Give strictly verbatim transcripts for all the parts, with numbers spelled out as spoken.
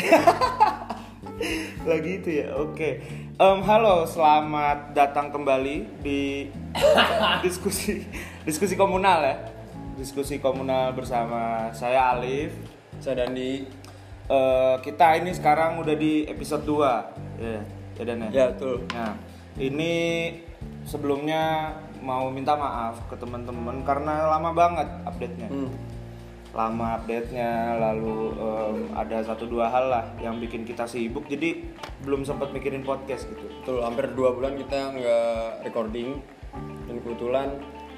Lagi itu ya, oke. Um, halo, selamat datang kembali di diskusi diskusi komunal ya. Diskusi komunal bersama saya Alif, saya Dandi. Uh, kita ini sekarang udah di episode dua. Ya, ya Dan ya. Ya, betul. Nah, ini sebelumnya mau minta maaf ke teman-teman karena lama banget update-nya. Hmm. Lama update-nya, lalu um, ada satu dua hal lah yang bikin kita sibuk, jadi belum sempat mikirin podcast gitu. Betul, hampir dua bulan kita nggak recording, dan kebetulan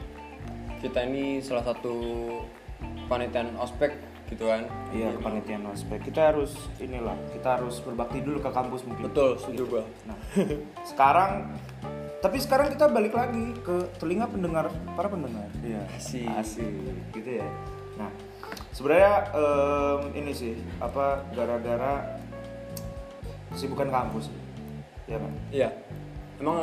kita ini salah satu panitian ospek gitu kan. Iya, kepanitiaan ospek. Kita harus inilah, kita harus berbakti dulu ke kampus mungkin. Betul, setuju gua. Nah, sekarang tapi sekarang kita balik lagi ke telinga pendengar, para pendengar. Iya, asik. Asik gitu ya. Nah, sebenarnya um, ini sih apa gara-gara kesibukan kampus, ya kan? Iya, emang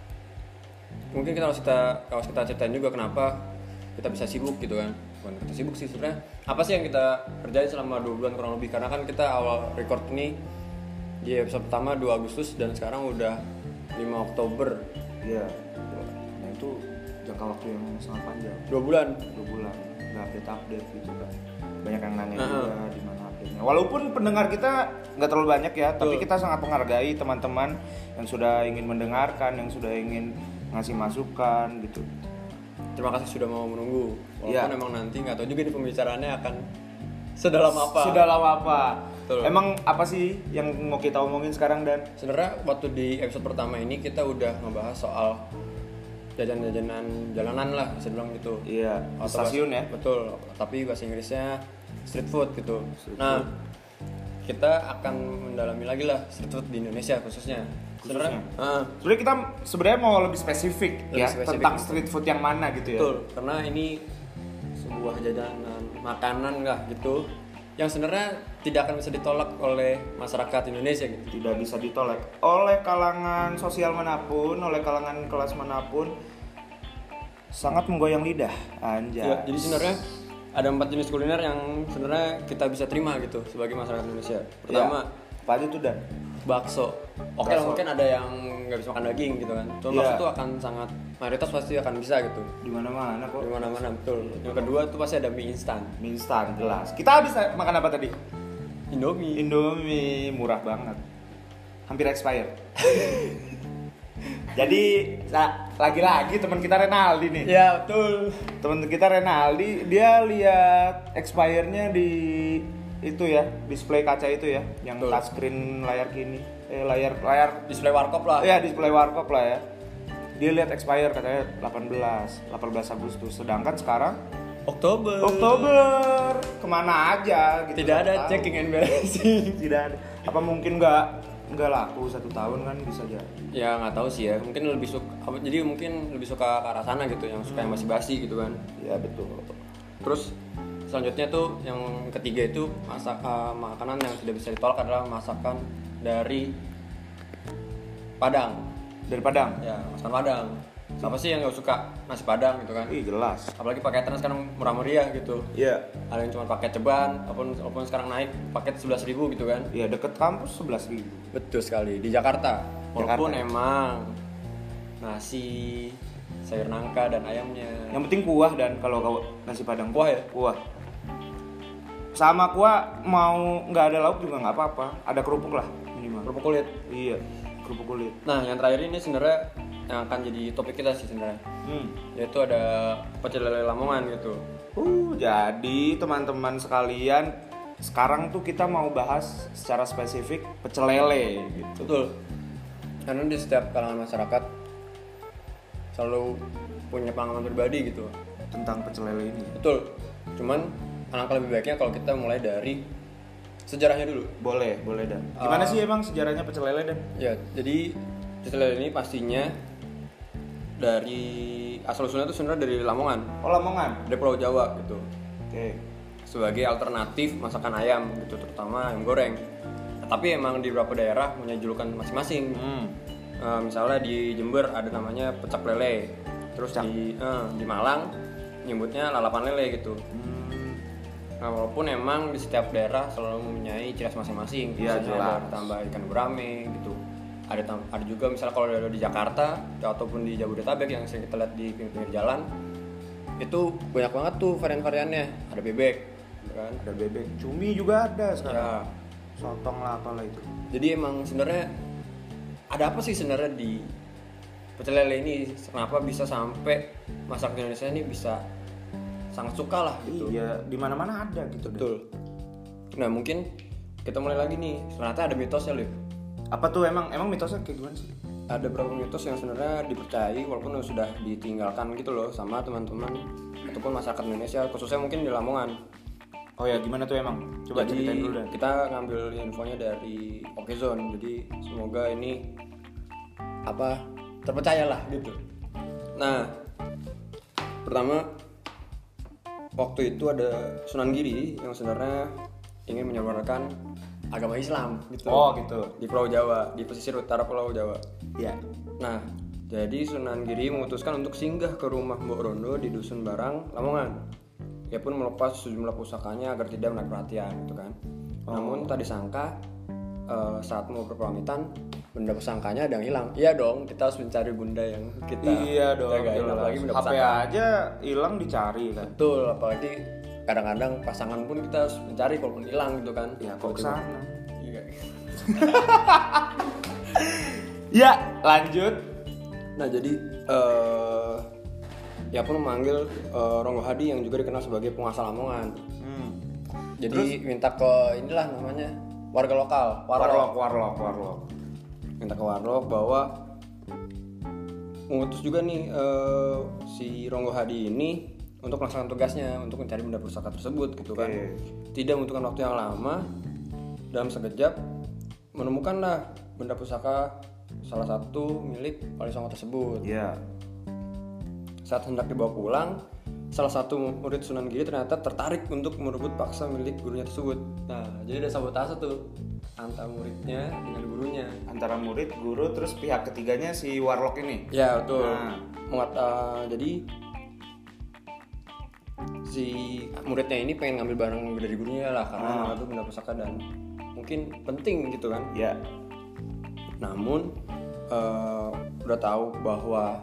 mungkin kita harus kita harus kita ceritain juga kenapa kita bisa sibuk gitu kan. Bukan kita sibuk sih sebenarnya. Apa sih yang kita kerjain selama dua bulan kurang lebih? Karena kan kita awal record ini di episode pertama dua Agustus dan sekarang udah lima Oktober. Iya. Nah itu jangka waktu yang sangat panjang. Dua bulan. Dua bulan. Nggak update-update gitu kan. Banyak yang nanya uh-huh. juga di mana update-nya. Walaupun pendengar kita nggak terlalu banyak ya, Tuh. tapi kita sangat menghargai teman-teman yang sudah ingin mendengarkan, yang sudah ingin ngasih masukan gitu. Terima kasih sudah mau menunggu. Walaupun ya. emang nanti nggak tahu juga nih pembicaraannya akan sedalam apa. Sedalam apa? Betul. Emang apa sih yang mau kita omongin sekarang Dan? Sebenarnya waktu di episode pertama ini kita udah ngebahas soal jajan-jajanan jalanan lah, bisa bilang gitu. Iya. Atau stasiun bahasa, ya. Betul. Tapi bahasa Inggrisnya street food gitu. Street nah, food. kita akan mendalami lagi lah street food di Indonesia khususnya. Sebenarnya, uh, sebenarnya kita sebenarnya mau lebih spesifik lebih ya spesifik tentang gitu. street food yang mana gitu ya. Betul, karena ini sebuah jajanan makanan lah gitu yang sebenarnya tidak akan bisa ditolak oleh masyarakat Indonesia gitu. Tidak bisa ditolak oleh kalangan sosial manapun, oleh kalangan kelas manapun, sangat menggoyang lidah. Anjay. Ya, jadi sebenarnya ada empat jenis kuliner yang sebenarnya kita bisa terima gitu sebagai masyarakat Indonesia. Pertama, ya, apa aja tuh Dan? Bakso. Oke lah, mungkin ada yang nggak bisa makan daging gitu kan. Cuma yeah. bakso tuh akan sangat mayoritas pasti akan bisa gitu. Di mana-mana kok. Di mana-mana betul. Yang kedua tuh pasti ada mie instan. Mie instan jelas. Kita habis makan apa tadi? Indomie. Indomie murah banget. Hampir expired. Jadi nah, lagi-lagi teman kita Renaldi nih. Ya betul. Teman kita Renaldi dia lihat expire-nya di itu ya, display kaca itu ya, yang betul. touchscreen layar kini, eh layar layar display warkop lah. Ya display warkop lah ya. Dia lihat expire katanya delapan belas Agustus, sedangkan sekarang Oktober. Oktober. Kemana aja gitu. Tidak ada tahu. Checking and balancing. Tidak ada. Apa mungkin nggak nggak laku satu tahun kan bisa aja. Ya nggak tahu sih ya. Mungkin lebih suka. Jadi mungkin lebih suka ke arah sana gitu, yang suka hmm. yang masih basi gitu kan. Ya betul. Terus selanjutnya tuh yang ketiga itu masak uh, makanan yang tidak bisa ditolak adalah masakan dari Padang. Dari Padang. Ya, masakan Padang. Siapa sih yang nggak suka nasi Padang gitu kan? Ih jelas. Apalagi paketan sekarang murah meriah gitu. Iya. Ada yang cuma paket ceban, walaupun walaupun sekarang naik paket sebelas ribu gitu kan? Iya, deket kampus sebelas ribu. Betul sekali di Jakarta. Walaupun Jakarta. emang nasi, sayur nangka dan ayamnya. Yang penting kuah Dan kalau kau nasi Padang. Kuah ya? Kuah. Sama kuah mau nggak ada lauk juga nggak apa-apa. Ada kerupuk lah minimal. Kerupuk kulit. Iya, kerupuk kulit. Nah, yang terakhir ini sebenarnya yang akan jadi topik kita sih sebenarnya. Hmm. Yaitu ada pecel lele Lamongan gitu. Uh, jadi teman-teman sekalian, sekarang tuh kita mau bahas secara spesifik pecel lele gitu. Betul. Karena di setiap kalangan masyarakat selalu punya pengalaman pribadi gitu tentang pecel lele ini. Betul. Cuman alangkah lebih baiknya kalau kita mulai dari sejarahnya dulu. Boleh, boleh Dan. Gimana uh, sih emang sejarahnya pecel lele Dan? Ya, jadi pecel lele ini pastinya dari asal usulnya itu sebenarnya dari Lamongan. Oh, Lamongan. Dari Pulau Jawa gitu. Oke. Okay. Sebagai alternatif masakan ayam gitu, terutama ayam goreng. Tapi emang di beberapa daerah punya julukan masing-masing. Hmm. Uh, misalnya di Jember ada namanya pecak lele. Terus Pecak. di uh, di Malang nyebutnya lalapan lele gitu. Hmm. Nah, walaupun emang di setiap daerah selalu mempunyai ciri khas masing-masing. Iya, jelas. Ada tambah ikan gurame gitu. Ada tam- ada juga misalnya kalau ada di Jakarta ataupun di Jabodetabek yang sering kita lihat di pinggir-pinggir jalan, itu banyak banget tuh varian-variannya. Ada bebek, kan? Ada bebek, cumi juga ada sekarang. Ya. Sotong lah apalah itu. Jadi emang sebenarnya ada apa sih sebenarnya di pecel lele ini? Kenapa bisa sampai masyarakat Indonesia ini bisa sangat suka lah gitu? Iya, di mana-mana ada gitu. Betul. Nah mungkin kita mulai lagi nih. Ternyata ada mitosnya, Lip. Apa tuh emang emang mitosnya kayak gimana sih? Ada beberapa mitos yang sebenarnya dipercayai walaupun sudah ditinggalkan gitu loh sama teman-teman ataupun masyarakat Indonesia, khususnya mungkin di Lamongan. Oh ya, gimana tuh emang? Coba Jadi ceritain dulu deh. kita ngambil infonya dari Okezone. Jadi semoga ini apa terpercaya lah gitu. Nah, pertama waktu itu ada Sunan Giri yang sebenarnya ingin menyebarkan agama Islam gitu. Oh gitu. Di Pulau Jawa, di pesisir utara Pulau Jawa. Iya. Nah, jadi Sunan Giri memutuskan untuk singgah ke rumah Mbok Rondo di Dusun Barang, Lamongan. Ia pun melepas sejumlah pusakanya agar tidak menarik perhatian, gitu kan. Oh. Namun tak disangka uh, saat mau berpamitan, benda pusakanya ada yang hilang. Iya dong, kita harus mencari benda yang kita Iya dong. jagain, apalagi benda H P pusaka. aja hilang dicari kan. Betul, apalagi kadang-kadang pasangan pun kita harus mencari kalaupun hilang gitu kan. Ya kok kesana. Iya. Ya, lanjut. Nah jadi uh, ia pun memanggil uh, Ronggo Hadi yang juga dikenal sebagai penguasa Lamongan. Hmm. Jadi Terus? minta ke inilah namanya warga lokal, Warlock, warlock, warlock. minta ke warlock bahwa mengutus juga nih uh, si Ronggo Hadi ini untuk melaksanakan tugasnya untuk mencari benda pusaka tersebut gitu kan. Oke. Tidak membutuhkan waktu yang lama, dalam sekejap menemukanlah benda pusaka salah satu milik Wali Songo tersebut. Iya. Saat hendak dibawa pulang, salah satu murid Sunan Giri ternyata tertarik untuk merebut paksa milik gurunya tersebut. Nah, jadi ada sabotase tuh antara muridnya dengan gurunya. Antara murid, guru, terus pihak ketiganya si warlock ini. Ya betul. Nah. Mengat- uh, jadi si muridnya ini pengen ngambil barang dari gurunya lah karena Ah. itu benda pusaka dan mungkin penting gitu kan. Ya. Namun uh, udah tahu bahwa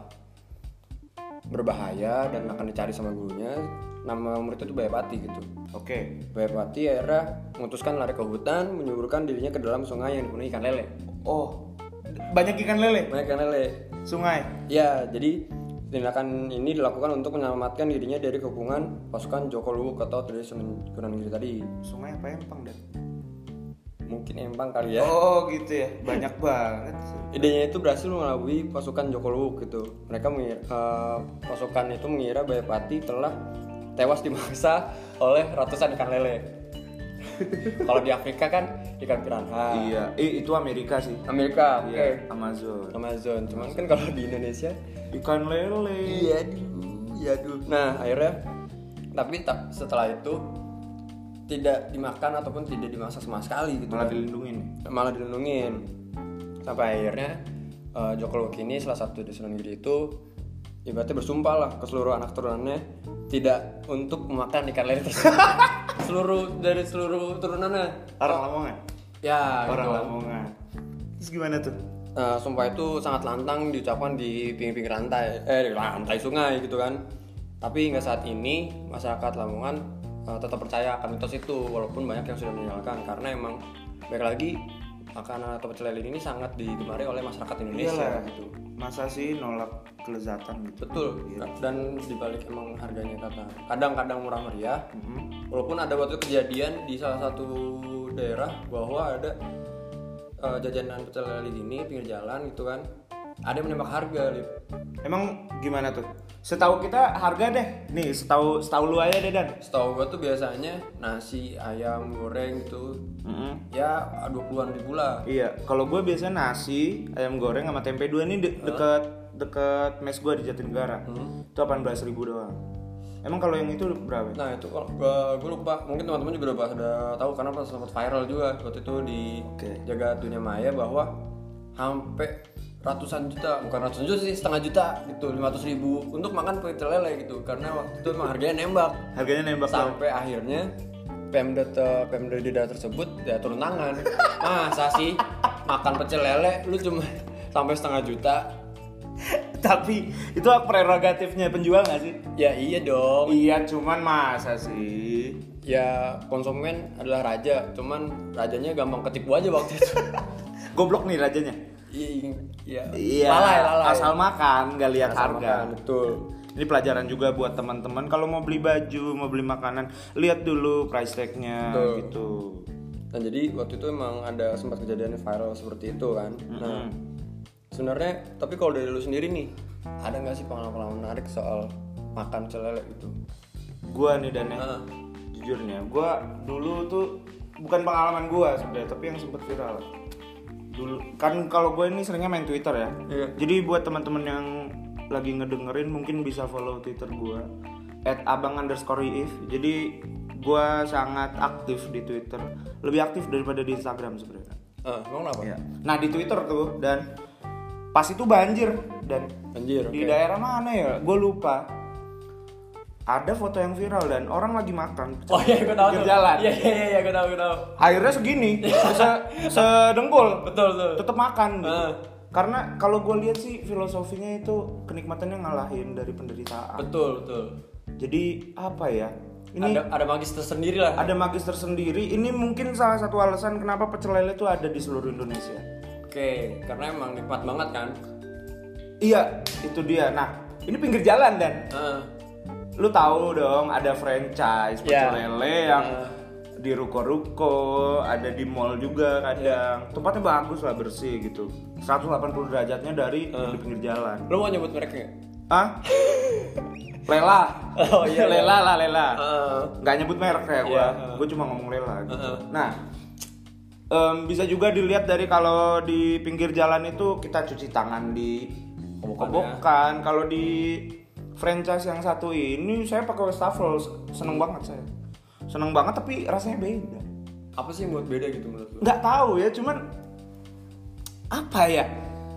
berbahaya dan akan dicari sama gurunya, nama murid itu Bayapati gitu. Oke. Bayapati akhirnya memutuskan lari ke hutan, menyuburkan dirinya ke dalam sungai yang dipenuhi ikan lele. Oh, banyak ikan lele. Banyak ikan lele. Sungai. Ya, jadi tindakan ini dilakukan untuk menyelamatkan dirinya dari kepungan pasukan Joko Luwuk atau dari Sunan Giri tadi. Sungai apa empang dan? Mungkin Empang kali ya. Oh gitu ya, banyak banget. Idenya itu berhasil mengelabui pasukan Joko Luwuk gitu. Mereka mengira, uh, pasukan itu mengira Bayapati telah tewas dimaksa oleh ratusan ikan lele. Kalau di Afrika kan ikan piranha. Iya, eh, itu Amerika sih. Amerika, oke. Iya, Amazon. Amazon. Cuman kan kalau di Indonesia, Ikan lele. iya duh, iya duh. Nah akhirnya, tapi tak, setelah itu tidak dimakan ataupun tidak dimasak sama sekali gitu. Malah kan. dilindungin. Malah dilindungin. Sampai akhirnya uh, Joko Luwuk ini salah satu di Sunan Giri itu ibaratnya bersumpah lah ke seluruh anak turunannya tidak untuk memakan ikan lele tersebut. seluruh dari seluruh turunannya. Orang Lamongan. Ya, Orang gitu. Lamongan. Terus gimana tuh? Uh, sumpah itu sangat lantang diucapkan di pinggir-pinggir rantai, eh di lantai sungai gitu kan. Tapi hingga saat ini masyarakat Lamongan uh, tetap percaya akan mitos itu walaupun banyak yang sudah meninggalkan karena emang baik lagi makanan atau pecel lele ini sangat digemari oleh masyarakat Indonesia. Iyalah. Gitu. Masa sih nolak kelezatan gitu? Betul. Iya. Dan dibalik emang harganya kata kadang-kadang murah meriah. Mm-hmm. Walaupun ada waktu kejadian di salah satu daerah bahwa ada uh, jajanan pecel lele ini pinggir jalan gitu kan. Ada yang menembak harga, Lip. Emang gimana tuh? Setahu kita harga deh. Nih, setahu setahu lu aja deh Dan. Setahu gua tuh biasanya nasi ayam goreng gitu Mm-hmm. ya dua puluhan ribu lah. Iya, kalau gue biasanya nasi, ayam goreng sama tempe dua ini de- deket deket mes gue di Jatinegara. Hmm. Itu delapan belas ribu doang. Emang kalau yang itu berapa? Nah itu kalau gua, gua lupa, mungkin teman-teman juga udah pada tahu karena pas sempat viral juga waktu itu di Oke. jagat dunia maya bahwa sampai ratusan juta, bukan ratusan juta sih, setengah juta gitu, lima ratus ribu untuk makan pecel lele gitu karena waktu itu emang harganya nembak. Harganya nembak Sampai akhirnya Pemda te, Pemda di daerah tersebut ya turun tangan. Masa sih makan pecel lele lu cuma sampai setengah juta? Tapi itu hak prerogatifnya penjual nggak sih? Ya iya dong. Iya, cuman masa sih? Ya konsumen adalah raja, cuman rajanya gampang ketipu aja waktu itu. Goblok nih rajanya. Iya, Iya. lalai, lalai. Asal makan, nggak lihat Asal harga. makan, betul. Ini pelajaran juga buat teman-teman kalau mau beli baju, mau beli makanan, lihat dulu price tag-nya. Betul. Gitu. Nah jadi waktu itu emang ada sempat kejadian viral seperti itu kan. Mm-hmm. Nah sebenarnya tapi kalau dari lu sendiri nih ada nggak sih pengalaman menarik soal makan pecel lele gitu? Gua nih Dan, Nah. jujurnya, gua dulu tuh bukan pengalaman gua sebenarnya, tapi yang sempat viral. Dulu kan kalau gue ini seringnya main Twitter ya. Iya. Jadi buat teman-teman yang lagi ngedengerin mungkin bisa follow Twitter gue at abang underscore if. Jadi gue sangat aktif di Twitter, lebih aktif daripada di Instagram sebenarnya. Ah, emang kenapa? Ya. Nah di Twitter tuh, dan pas itu banjir, dan Banjir, di oke. daerah mana ya? Gue lupa. Ada foto yang viral dan orang lagi makan Oh iya, gue tahu pinggir tuh. jalan. Iya iya iya, gue tahu gue tahu. Airnya segini, se sedengkul. Betul betul. Tetap makan gitu. Ah. Karena kalau gue lihat sih filosofinya itu kenikmatannya ngalahin dari penderitaan. Betul betul. Jadi apa ya? Ini Ada ada magis tersendiri lah. ada magis tersendiri. Ini mungkin salah satu alasan kenapa pecel lele itu ada di seluruh Indonesia. Oke, karena emang nikmat banget kan. Iya, itu dia. Nah, ini pinggir jalan Dan. Ah. Lu tahu dong ada franchise pecel Ya. lele yang Ah. di ruko-ruko, ada di mall juga kadang. Tempatnya bagus lah, bersih gitu. seratus delapan puluh derajatnya dari Ah. di pinggir jalan. Lu mau nyebut mereknya? Ah? Lela. Oh, iya, iya. Lela lah, Lela. Ah. Nggak nyebut merek kayak gua. Iya. Gua cuma ngomong Lela gitu. Uh-uh. Nah, em, bisa juga dilihat dari kalau di pinggir jalan itu kita cuci tangan di kobokan. Kalau di franchise yang satu ini saya pakai wastafel, seneng banget saya. Seneng banget tapi rasanya beda. Apa sih yang buat beda gitu menurut lu? Nggak tahu ya, cuman apa ya?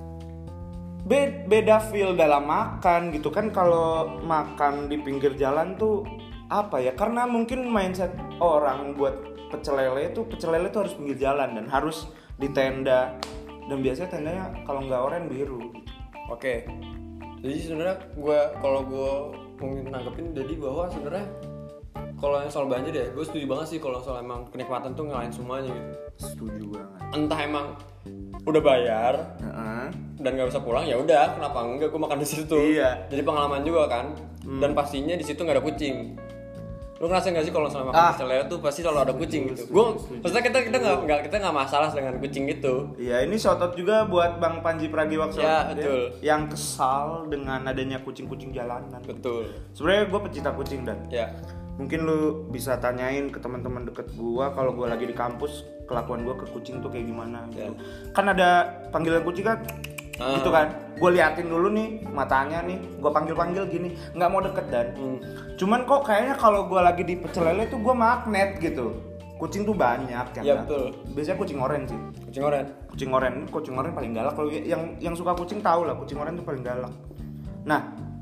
Be- beda feel dalam makan gitu kan. Kalau makan di pinggir jalan tuh apa ya? Karena mungkin mindset orang buat pecel lele itu pecel lele tuh harus pinggir jalan dan harus di tenda. Dan biasanya tendanya kalau nggak oranye biru. Oke. Jadi sebenarnya gue kalau gue mungkin nanggepin jadi bahwa sebenarnya kalau yang soal banjir ya, gue setuju banget sih kalau soal emang kenikmatan tuh ngalahin semuanya gitu. Setuju banget. Entah emang udah bayar Heeh. dan nggak bisa pulang ya udah, kenapa enggak gue makan di situ? Iya. Jadi pengalaman juga kan. Dan pastinya di situ nggak ada kucing. Lu ngerasa nggak sih kalau selama makan Ah. pecel lele tuh pasti selalu ada kucing gitu? Gue, maksudnya kita kita nggak nggak kita nggak masalah dengan kucing gitu. Iya, ini shoutout juga buat Bang Panji Pragiwaksono Ya, betul. yang kesal dengan adanya kucing-kucing jalanan. Betul. Sebenarnya gue pecinta kucing Dan. Ya. Mungkin lu bisa tanyain ke teman-teman deket gua kalau gua lagi di kampus kelakuan gua ke kucing tuh kayak gimana gitu. Ya. Kan ada panggilan kucing kan, Ah. gitu kan. Gua liatin dulu nih matanya nih, gua panggil-panggil gini, nggak mau deket Dan. Hmm. Cuman kok kayaknya kalau gua lagi di pecel lele tuh gua magnet gitu. Kucing tuh banyak yang Ya, datang. betul. Biasanya kucing oranye sih. Kucing oranye. Kucing oranye, kucing oranye paling galak. Kalau yang yang suka kucing tahu lah, kucing oranye tuh paling galak. Nah,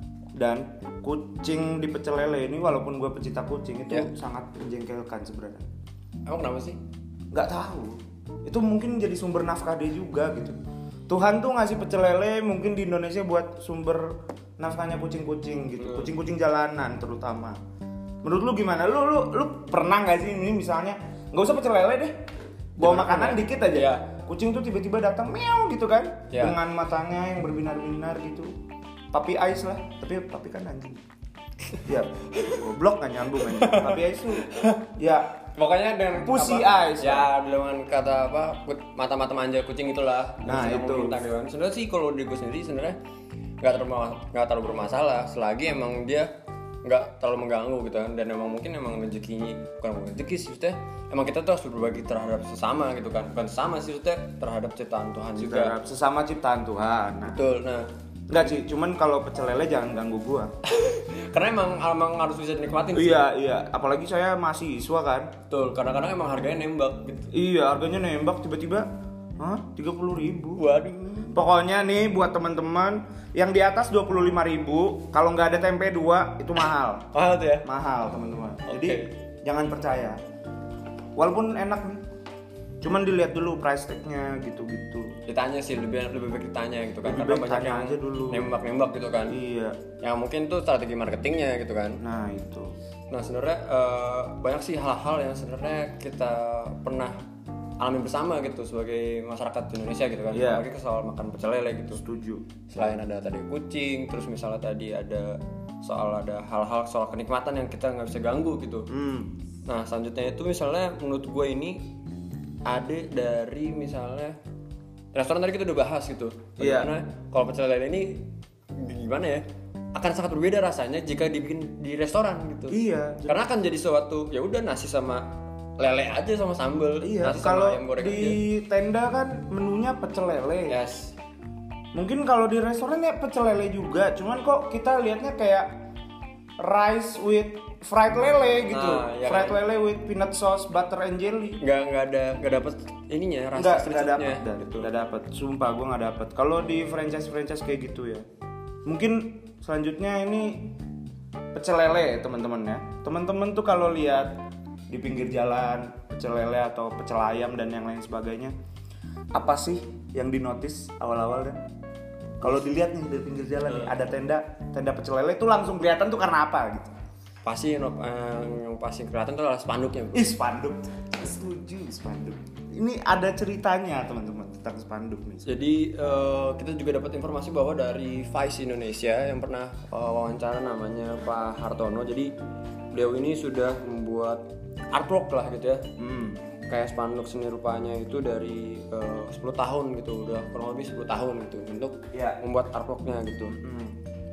dan kucing di pecel lele ini walaupun gue pecinta kucing itu Ya. sangat menjengkelkan sebenarnya. Emang kenapa sih? Nggak tahu. Itu mungkin jadi sumber nafkah dia juga gitu. Tuhan tuh ngasih pecel lele mungkin di Indonesia buat sumber nafkahnya kucing-kucing gitu. Hmm. Kucing-kucing jalanan terutama. Menurut lu gimana? Lu lu lu pernah nggak sih ini misalnya nggak usah pecel lele deh, bawa Gimana makanan ya? dikit aja. Ya. Kucing tuh tiba-tiba datang meow gitu kan, Ya. dengan matanya yang berbinar-binar gitu. Puppy eyes lah, tapi tapi kan anjing. Ya, goblok nggak nyambung aja. Puppy eyes tuh, ya Pokoknya dengan Pussy apa, eyes, ya dengan kata apa kut- mata-mata manja kucing itulah. Nah, Bisa itu. meminta gitu kan. Sebenarnya sih kalau di gue sendiri sebenarnya nggak terlalu nggak terlalu bermasalah selagi emang dia nggak terlalu mengganggu gitu kan, dan emang mungkin emang rezekinya bukan bukan rezeki sih maksudnya, emang kita tuh harus berbagi terhadap sesama gitu kan, bukan sesama sih maksudnya terhadap ciptaan Tuhan juga. terhadap sesama ciptaan Tuhan. Nah, Betul. Nah, enggak sih, cuman kalau pecel lele jangan ganggu gua. karena emang emang harus bisa dinikmatin sih. Iya, iya, apalagi saya mahasiswa kan. Betul. Kadang-kadang emang harganya nembak gitu. Iya, harganya nembak tiba-tiba, hah, tiga puluh ribu. Waduh. Pokoknya nih buat teman-teman yang di atas dua puluh lima ribu, kalau nggak ada tempe dua itu mahal. Mahal tuh ya. Mahal teman-teman. Jadi Oke. jangan percaya. walaupun enak nih, cuman dilihat dulu price tag-nya gitu-gitu. Ditanya sih, lebih lebih baik ditanya gitu kan, Lebih karena baik banyak tanya yang aja dulu. nembak-nembak gitu kan. Iya. Yang mungkin tuh strategi marketingnya gitu kan. Nah itu. Nah sebenarnya uh, banyak sih hal-hal yang sebenarnya kita pernah alami bersama gitu sebagai masyarakat Indonesia gitu kan. Yeah. Apalagi soal makan pecel lele gitu. Setuju. Selain ada tadi kucing, terus misalnya tadi ada soal ada hal-hal soal kenikmatan yang kita nggak bisa ganggu gitu. Hmm. Nah selanjutnya itu misalnya menurut gue ini ada dari misalnya restoran tadi kita udah bahas gitu. Bagaimana yeah. kalau pecel lele ini gimana ya? Akan sangat berbeda rasanya jika dibikin di restoran gitu. Iya. Karena akan jadi suatu ya udah nasi sama lele aja sama sambal. Iya. Nasi Kalau sama ayam goreng di aja. tenda kan menunya pecel lele. Yes. Mungkin kalau di restoran ya pecel lele juga, cuman kok kita lihatnya kayak rice with fried lele gitu. Nah, ya fried kan? lele with peanut sauce, butter and jelly. Nggak nggak ada nggak dapet ininya rasa Nggak, street nggak foodnya. dapet, dan, Gitu. nggak dapet. Sumpah gue nggak dapet. Kalau di franchise franchise kayak gitu ya. Mungkin selanjutnya ini pecel lele teman-teman ya. Teman-teman tuh kalau lihat di pinggir jalan pecel lele atau pecel ayam dan yang lain sebagainya, apa sih yang dinotis awal-awal deh? Kalau dilihat nih dari pinggir jalan nih ada tenda tenda pecel lele itu langsung kelihatan tuh karena apa gitu. Pasti yang, yang pasti kelihatan tuh adalah spanduknya bro. Ih spanduk, setuju spanduk. Ini ada ceritanya teman-teman tentang spanduk nih. Jadi uh, kita juga dapat informasi bahwa dari Vice Indonesia yang pernah uh, wawancara namanya Pak Hartono. Jadi beliau ini sudah membuat artwork lah gitu ya. Hmm. Kayak spanduk seni rupanya itu dari uh, sepuluh tahun gitu, udah kurang lebih sepuluh tahun gitu untuk Ya. membuat artworknya gitu. Hmm.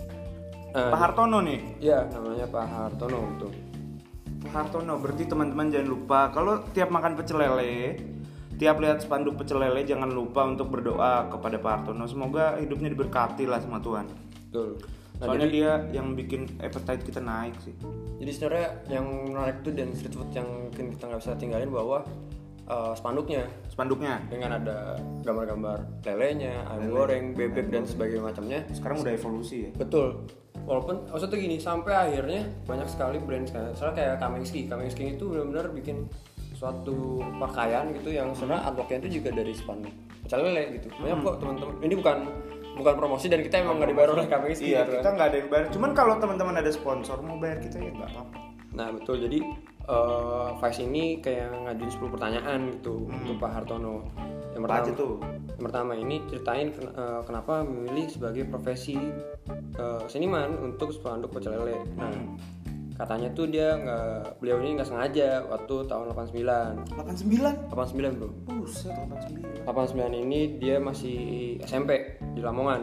Uh, Pak Hartono nih. Iya, namanya Pak Hartono gitu. Pak Hartono, berarti teman-teman jangan lupa kalau tiap makan pecel lele, tiap lihat spanduk pecel lele jangan lupa untuk berdoa kepada Pak Hartono. Semoga hidupnya diberkati lah sama Tuhan. Betul. Nah, Soalnya jadi, dia yang bikin appetite kita naik sih. Jadi sebenarnya yang menarik itu dan street food yang mungkin kita nggak bisa tinggalin bahwa uh, spanduknya Spanduknya dengan ada gambar-gambar lelenya, ayam goreng, bebek dan sebagainya macamnya. sekarang udah evolusi ya. Betul. Walaupun maksudnya gini, sampai akhirnya banyak sekali brand sekarang. Soalnya kayak Kamenski, Kamenski itu benar-benar bikin suatu pakaian gitu yang sebenarnya artworknya itu juga dari spanduk pecel lele gitu. Banyak kok teman-teman. Ini bukan bukan promosi dan kita emang nggak dibayar oleh Kamenski. Iya, gitu kita kan. nggak ada yang bayar. Cuman kalau teman-teman ada sponsor mau bayar kita ya nggak apa-apa. Nah betul, jadi uh, Vice ini kayak ngajuin sepuluh pertanyaan gitu Hmm. untuk Pak Hartono. Yang Apa pertama, aja tuh? yang pertama ini ceritain ken- uh, kenapa memilih sebagai profesi uh, seniman untuk spanduk pecel lele. Nah katanya tuh dia nggak, beliau ini nggak sengaja waktu tahun delapan puluh sembilan. delapan puluh sembilan delapan puluh sembilan bro. Buset, delapan puluh sembilan. delapan puluh sembilan ini dia masih S M P di Lamongan.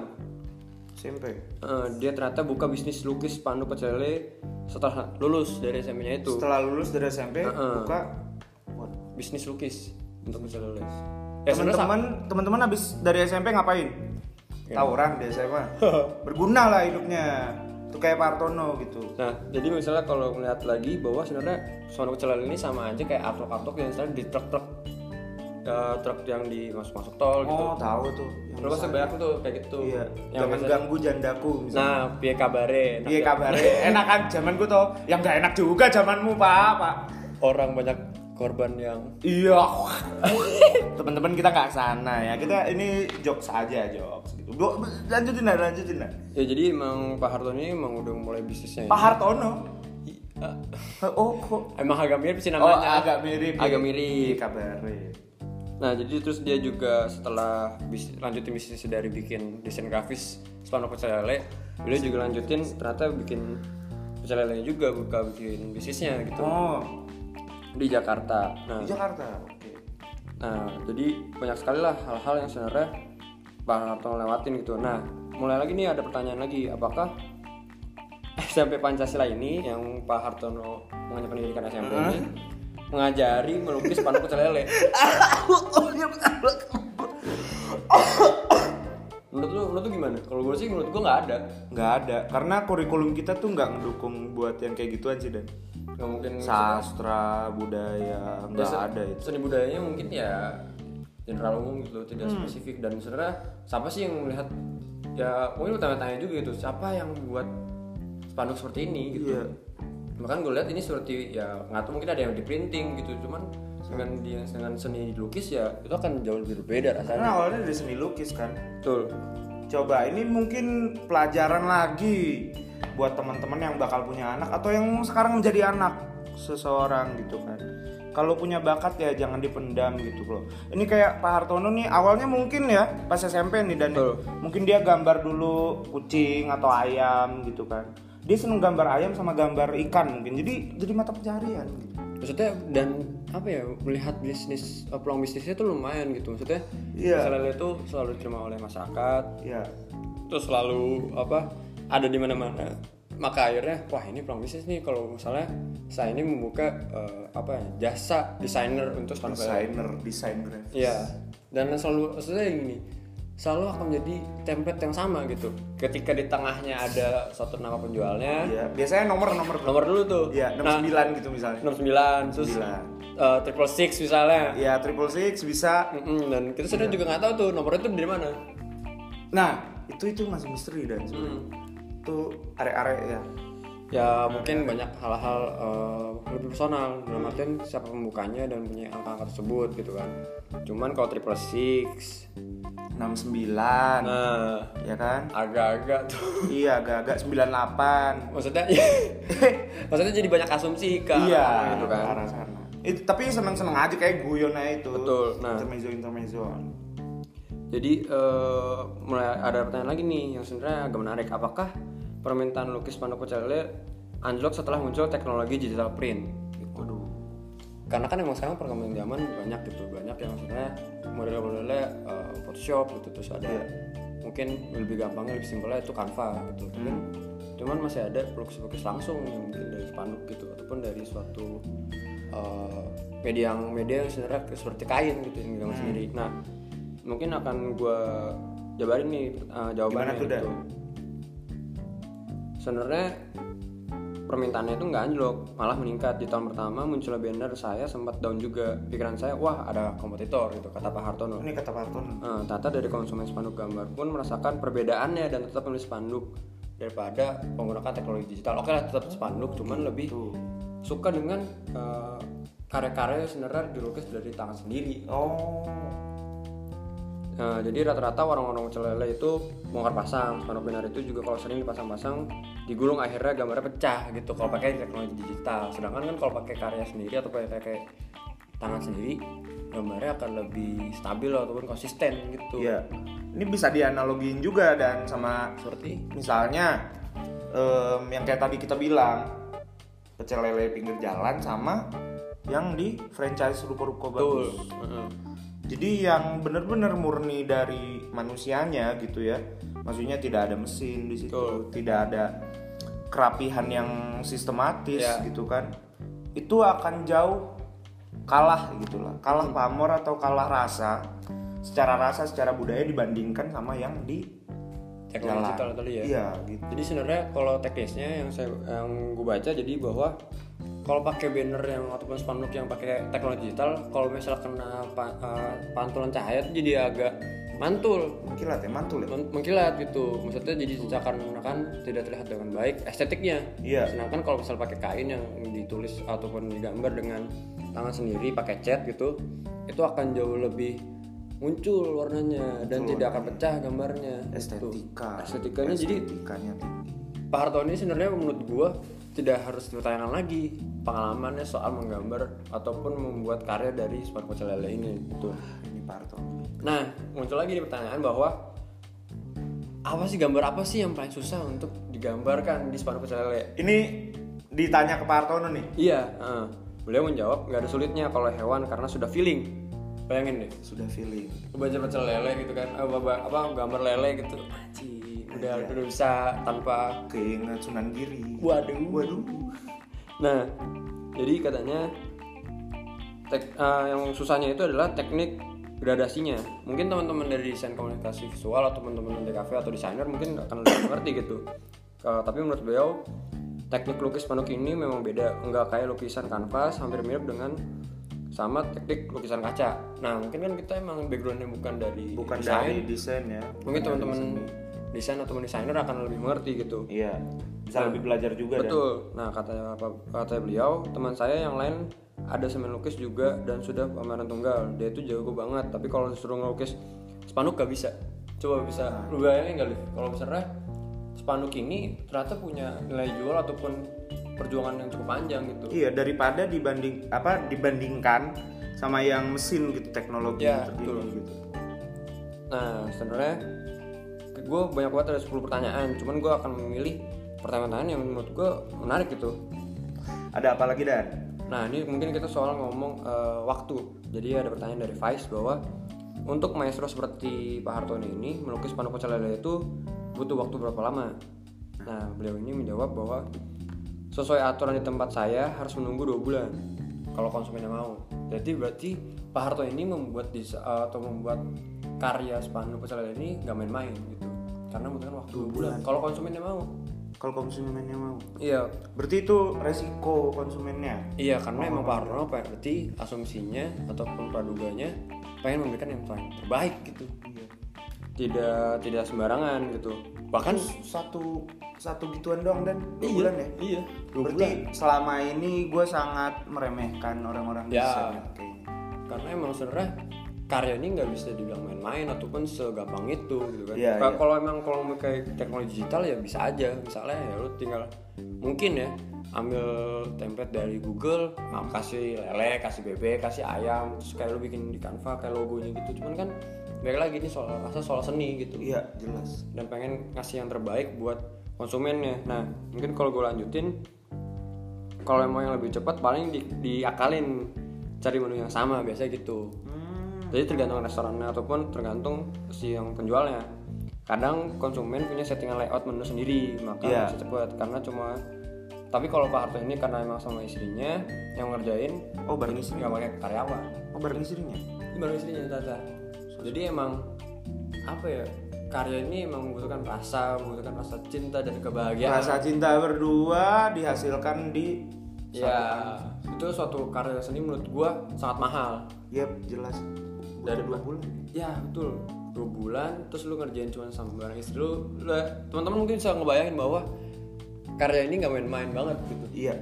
S M P. Uh, dia ternyata buka bisnis lukis spanduk pecel lele setelah lulus dari S M P-nya itu. Setelah lulus dari S M P Uh-uh. buka Bisnis lukis untuk pecel lele. teman-teman teman-teman habis dari S M P ngapain? Ya. Tawuran di S M A. Berguna lah hidupnya. Itu kayak Pak Hartono gitu. Nah, jadi misalnya kalau melihat lagi bahwa sebenarnya spanduk pecel lele ini sama aja kayak artwork-artwork yang misalnya di truk-truk uh, truk yang di masuk-masuk tol gitu. Oh, tahu tuh. Yang Terus misalnya- banyak tuh kayak gitu. Iya. Yang Jangan biasanya- ganggu jandaku misalnya. Nah, piye kabare? Nah, Iya kabare. Enak kan zamanku toh. Yang nggak enak juga zamanmu, Pak, Pak. orang banyak korban yang Iya. Teman-teman kita nggak sana ya. Kita ini jokes aja, jokes gitu. Bo- Lanjutin lah, lanjutin lah. ya jadi emang Pak Hartono ini emang udah mulai bisnisnya. Pak Hartono. I- ah, Oh, kok. emang agak mirip sih Oh, namanya. agak mirip. Agak Iya, mirip. kabare. Nah, jadi terus dia juga setelah bis, lanjutin bisnis dari bikin desain grafis spanduk pecel lele, beliau juga lanjutin ternyata bikin pecel lele juga, buka bikin bisnisnya gitu Oh, di Jakarta. Nah, di Jakarta. Oke. nah, jadi banyak sekali lah hal-hal yang sebenarnya Pak Hartono lewatin gitu. Nah, mulai lagi nih ada pertanyaan lagi, apakah S M P Pancasila ini yang Pak Hartono mengenyam pendidikan S M P ini mengajari melukis spanduk pecel lele? Menurut lu, menurut lu gimana? Kalau gue sih menurut gue nggak ada. Nggak ada, karena kurikulum kita tuh nggak ngedukung buat yang kayak gituan sih, Dan. Nggak mungkin Sastra, budaya, nggak Ya, ada itu. seni budayanya mungkin ya general umum gitu, tidak Hmm. spesifik. Dan sebenarnya siapa sih yang melihat, ya mungkin bertanya-tanya juga gitu, siapa yang buat spanduk seperti ini gitu. Iya. Bahkan gue lihat ini seperti ya nggak tahu, mungkin ada yang di printing gitu, cuman dengan dia dengan seni lukis ya itu akan jauh lebih berbeda rasanya. Karena awalnya dari seni lukis kan. Betul. Coba ini mungkin pelajaran lagi buat teman-teman yang bakal punya anak atau yang sekarang menjadi anak seseorang gitu kan. Kalau punya bakat ya jangan dipendam gitu loh. Ini kayak Pak Hartono nih awalnya mungkin ya pas S M P nih dan Betul. mungkin dia gambar dulu kucing atau ayam gitu kan. Dia seneng gambar ayam sama gambar ikan mungkin. Jadi jadi mata pencarian gitu. Maksudnya dan apa ya melihat bisnis peluang bisnisnya tuh lumayan gitu. Maksudnya Iya. pecel lele itu selalu diterima oleh masyarakat. Iya. Terus selalu apa ada di mana-mana. Maka akhirnya wah ini peluang bisnis nih kalau misalnya saya ini membuka uh, apa ya jasa desainer untuk sepatu Desainer, desain grafis. Iya. Dan selalu maksudnya gini, selalu akan menjadi template yang sama gitu. Ketika di tengahnya ada suatu nama penjualnya, Iya, biasanya nomor-nomor nomor dulu tuh. Iya, enam sembilan gitu misalnya. enam sembilan terus sembilan. uh, triple six misalnya. Iya, triple six bisa. Mm-mm, dan kita sudah juga nggak tahu tuh nomornya itu dari mana. Nah, itu itu masih misteri dan sebenarnya. Hmm. Itu arek-arek ya. Ya mungkin banyak hal-hal uh, lebih personal dalam artian siapa pembukanya dan punya angka-angka tersebut gitu kan. Cuman kalau triple six enam sembilan. nah Ya kan? agak-agak tuh Iya, agak-agak sembilan delapan. maksudnya maksudnya jadi banyak asumsi kan Iya, gitu ke kan. arah sana. Itu tapi seneng-seneng aja kayak guyon aja itu. Betul. Nah. intermezzo-intermezzo. Jadi uh, mulai ada pertanyaan lagi nih yang sebenarnya agak menarik. Apakah permintaan lukis spanduk pecel lele anjlok setelah muncul teknologi digital print? Waduh. Karena kan emang sekarang perkembangan zaman banyak gitu, banyak yang sebenarnya model-modelnya uh, Photoshop gitu, terus ada Yeah. mungkin lebih gampangnya lebih simpelnya itu Canva gitu. Tapi Hmm. cuman masih ada lukis-lukis langsung yang mungkin dari spanduk gitu ataupun dari suatu uh, media yang media yang sebenarnya seperti kain gitu yang digambar Hmm. sendiri. Nah mungkin akan gue jabarin nih uh, jawabannya Gimana tuh, Dan? gitu. Sebenarnya permintaannya itu nggak anjlok, malah meningkat. Di tahun pertama munculnya banner saya sempat down juga. Pikiran saya, wah ada kompetitor gitu, kata Pak Hartono. Ini kata Pak Hartono. Nah, ternyata dari konsumen spanduk gambar pun merasakan perbedaannya dan tetap menulis spanduk daripada menggunakan teknologi digital. Oke lah tetap spanduk, cuman lebih Tuh. suka dengan uh, karya-karya sebenarnya dilukis dari tangan sendiri. Oh. Nah, jadi rata-rata orang-orang pecel lele itu bongkar pasang. Spanduk benar itu juga kalau sering dipasang-pasang digulung akhirnya gambarnya pecah gitu kalau pakai teknologi digital. Sedangkan kan kalau pakai karya sendiri atau pakai pakai tangan sendiri gambarnya akan lebih stabil ataupun konsisten gitu. Iya. Ini bisa dianalogiin juga dan sama Seperti misalnya um, yang kayak tadi kita bilang pecel lele pinggir jalan sama yang di franchise ruko-ruko bagus. Heeh. Jadi yang benar-benar murni dari manusianya gitu ya. Maksudnya tidak ada mesin di situ, Betul. tidak ada kerapihan yang sistematis Ya. gitu kan. Itu akan jauh kalah gitulah, kalah pamor atau kalah rasa secara rasa, secara budaya dibandingkan sama yang di teknologi jalan. digital tadi ya. Iya, gitu. Jadi sebenarnya kalau teknisnya yang saya yang gue baca jadi bahwa kalau pakai banner yang ataupun spanduk yang pakai teknologi digital, kalau misalnya kena pa, uh, pantulan cahaya itu jadi agak mantul, Mengkilat ya, mantul ya. men- mengkilat gitu. Maksudnya jadi seakan-akan tidak terlihat dengan baik estetiknya. Iya. Sedangkan kalau misalnya pakai kain yang ditulis ataupun digambar dengan tangan sendiri pakai cat gitu, itu akan jauh lebih muncul warnanya dan Muncul tidak akan pecah gambarnya. Estetika. Gitu. Estetikanya jadi Estetikanya tinggi. Pak Hartono ini sebenarnya menurut gua tidak harus dipertanyakan lagi pengalamannya soal menggambar ataupun membuat karya dari spanduk pecel lele ini gitu. Ini Pak Hartono. Nah, muncul lagi nih pertanyaan bahwa apa sih gambar apa sih yang paling susah untuk digambarkan di spanduk pecel lele? Ini ditanya ke Pak Hartono nih. Iya, uh, beliau menjawab nggak ada sulitnya kalau hewan karena sudah feeling. Bayangin deh, Sudah feeling. baca pecel lele gitu kan, apa, apa, apa gambar lele gitu, anjing, udah Iya. udah bisa tanpa Keinget Sunan Giri. waduh. Waduh. Nah, jadi katanya tek, uh, yang susahnya itu adalah teknik gradasinya. Mungkin teman-teman dari desain komunikasi visual atau teman-teman D K V atau desainer mungkin akan lebih ngerti gitu. Uh, tapi menurut beliau teknik lukis spanduk ini memang beda, enggak kayak lukisan kanvas, hampir mirip dengan sama teknik lukisan kaca. Nah, mungkin kan kita emang backgroundnya bukan dari Bukan desain. dari desain ya. Mungkin Bukan teman-teman dari seni. desain atau desainer akan lebih mengerti gitu. Iya. Bisa lebih belajar juga. Betul. Nah, kata kata beliau, teman saya yang lain ada semen lukis juga dan sudah pameran tunggal. Dia itu jago banget, tapi kalau disuruh ngelukis spanduk gak bisa. Coba bisa lu bayangin gak Liv? Kalau misalnya spanduk ini ternyata punya nilai jual ataupun perjuangan yang cukup panjang gitu. Iya, daripada dibanding apa dibandingkan sama yang mesin gitu, teknologi ya, terkini betul. gitu. Nah, sebenarnya gue banyak banget ada sepuluh pertanyaan, cuman gue akan memilih pertanyaan yang menurut gue menarik gitu. Ada apa lagi Dan? Nah, ini mungkin kita soal ngomong uh, waktu. Jadi ada pertanyaan dari Vice bahwa untuk maestro seperti Pak Hartono ini melukis spanduk pecel lele itu butuh waktu berapa lama? Nah, beliau ini menjawab bahwa sesuai aturan di tempat saya harus menunggu dua bulan kalau konsumennya mau. Jadi berarti Pak Harto ini membuat desa, atau membuat karya spanduk pecel lele ini nggak main-main gitu, karena membutuhkan waktu dua bulan kalau konsumennya mau. Kalau konsumennya mau. Iya. Berarti itu resiko konsumennya. Iya, karena oh, emang Pak Harto berarti asumsinya ataupun praduganya pengen memberikan yang terbaik gitu. Iya. Tidak tidak sembarangan gitu. Bahkan itu satu satu gituan doang Dan dua iya, bulan ya. Iya. Dua Berarti bulan. selama ini gue sangat meremehkan orang-orang ya, desain kayaknya. Karena emang sebenarnya karya ini nggak bisa dibilang main-main ataupun segampang itu gitu kan. Ya, Kalo, ya. kalau emang kalau kayak teknologi digital ya bisa aja. Misalnya ya lu tinggal mungkin ya ambil template dari Google, nah, kasih lele, kasih bebek, kasih ayam, terus kayak lu bikin di Canva kayak logonya gitu. Cuman kan balik lagi nih soal rasa soal seni gitu. Iya, jelas. Dan pengen ngasih yang terbaik buat konsumennya. Nah, mungkin kalau gue lanjutin, kalau emang yang lebih cepat paling di, diakalin cari menu yang sama biasa gitu. Hmm. Jadi tergantung restorannya ataupun tergantung si yang penjualnya. Kadang konsumen punya settingan layout menu sendiri, maka yeah. bisa cepat karena cuma. Tapi kalau Pak Harto ini karena emang sama istrinya yang ngerjain, oh bareng istrinya, nggak pakai karyawan. Oh bareng istrinya. Ini bareng istrinya Tata. Jadi emang apa ya? Karya ini emang membutuhkan rasa, membutuhkan rasa cinta dan kebahagiaan. Rasa cinta berdua dihasilkan di ya, itu suatu karya seni menurut gua sangat mahal. Iya, jelas. Dari dua bulan. Ya, betul. Dua bulan terus lu ngerjain cuma sama bareng istri lu. lu teman-teman mungkin bisa ngebayangin bahwa karya ini enggak main-main banget gitu. Iya.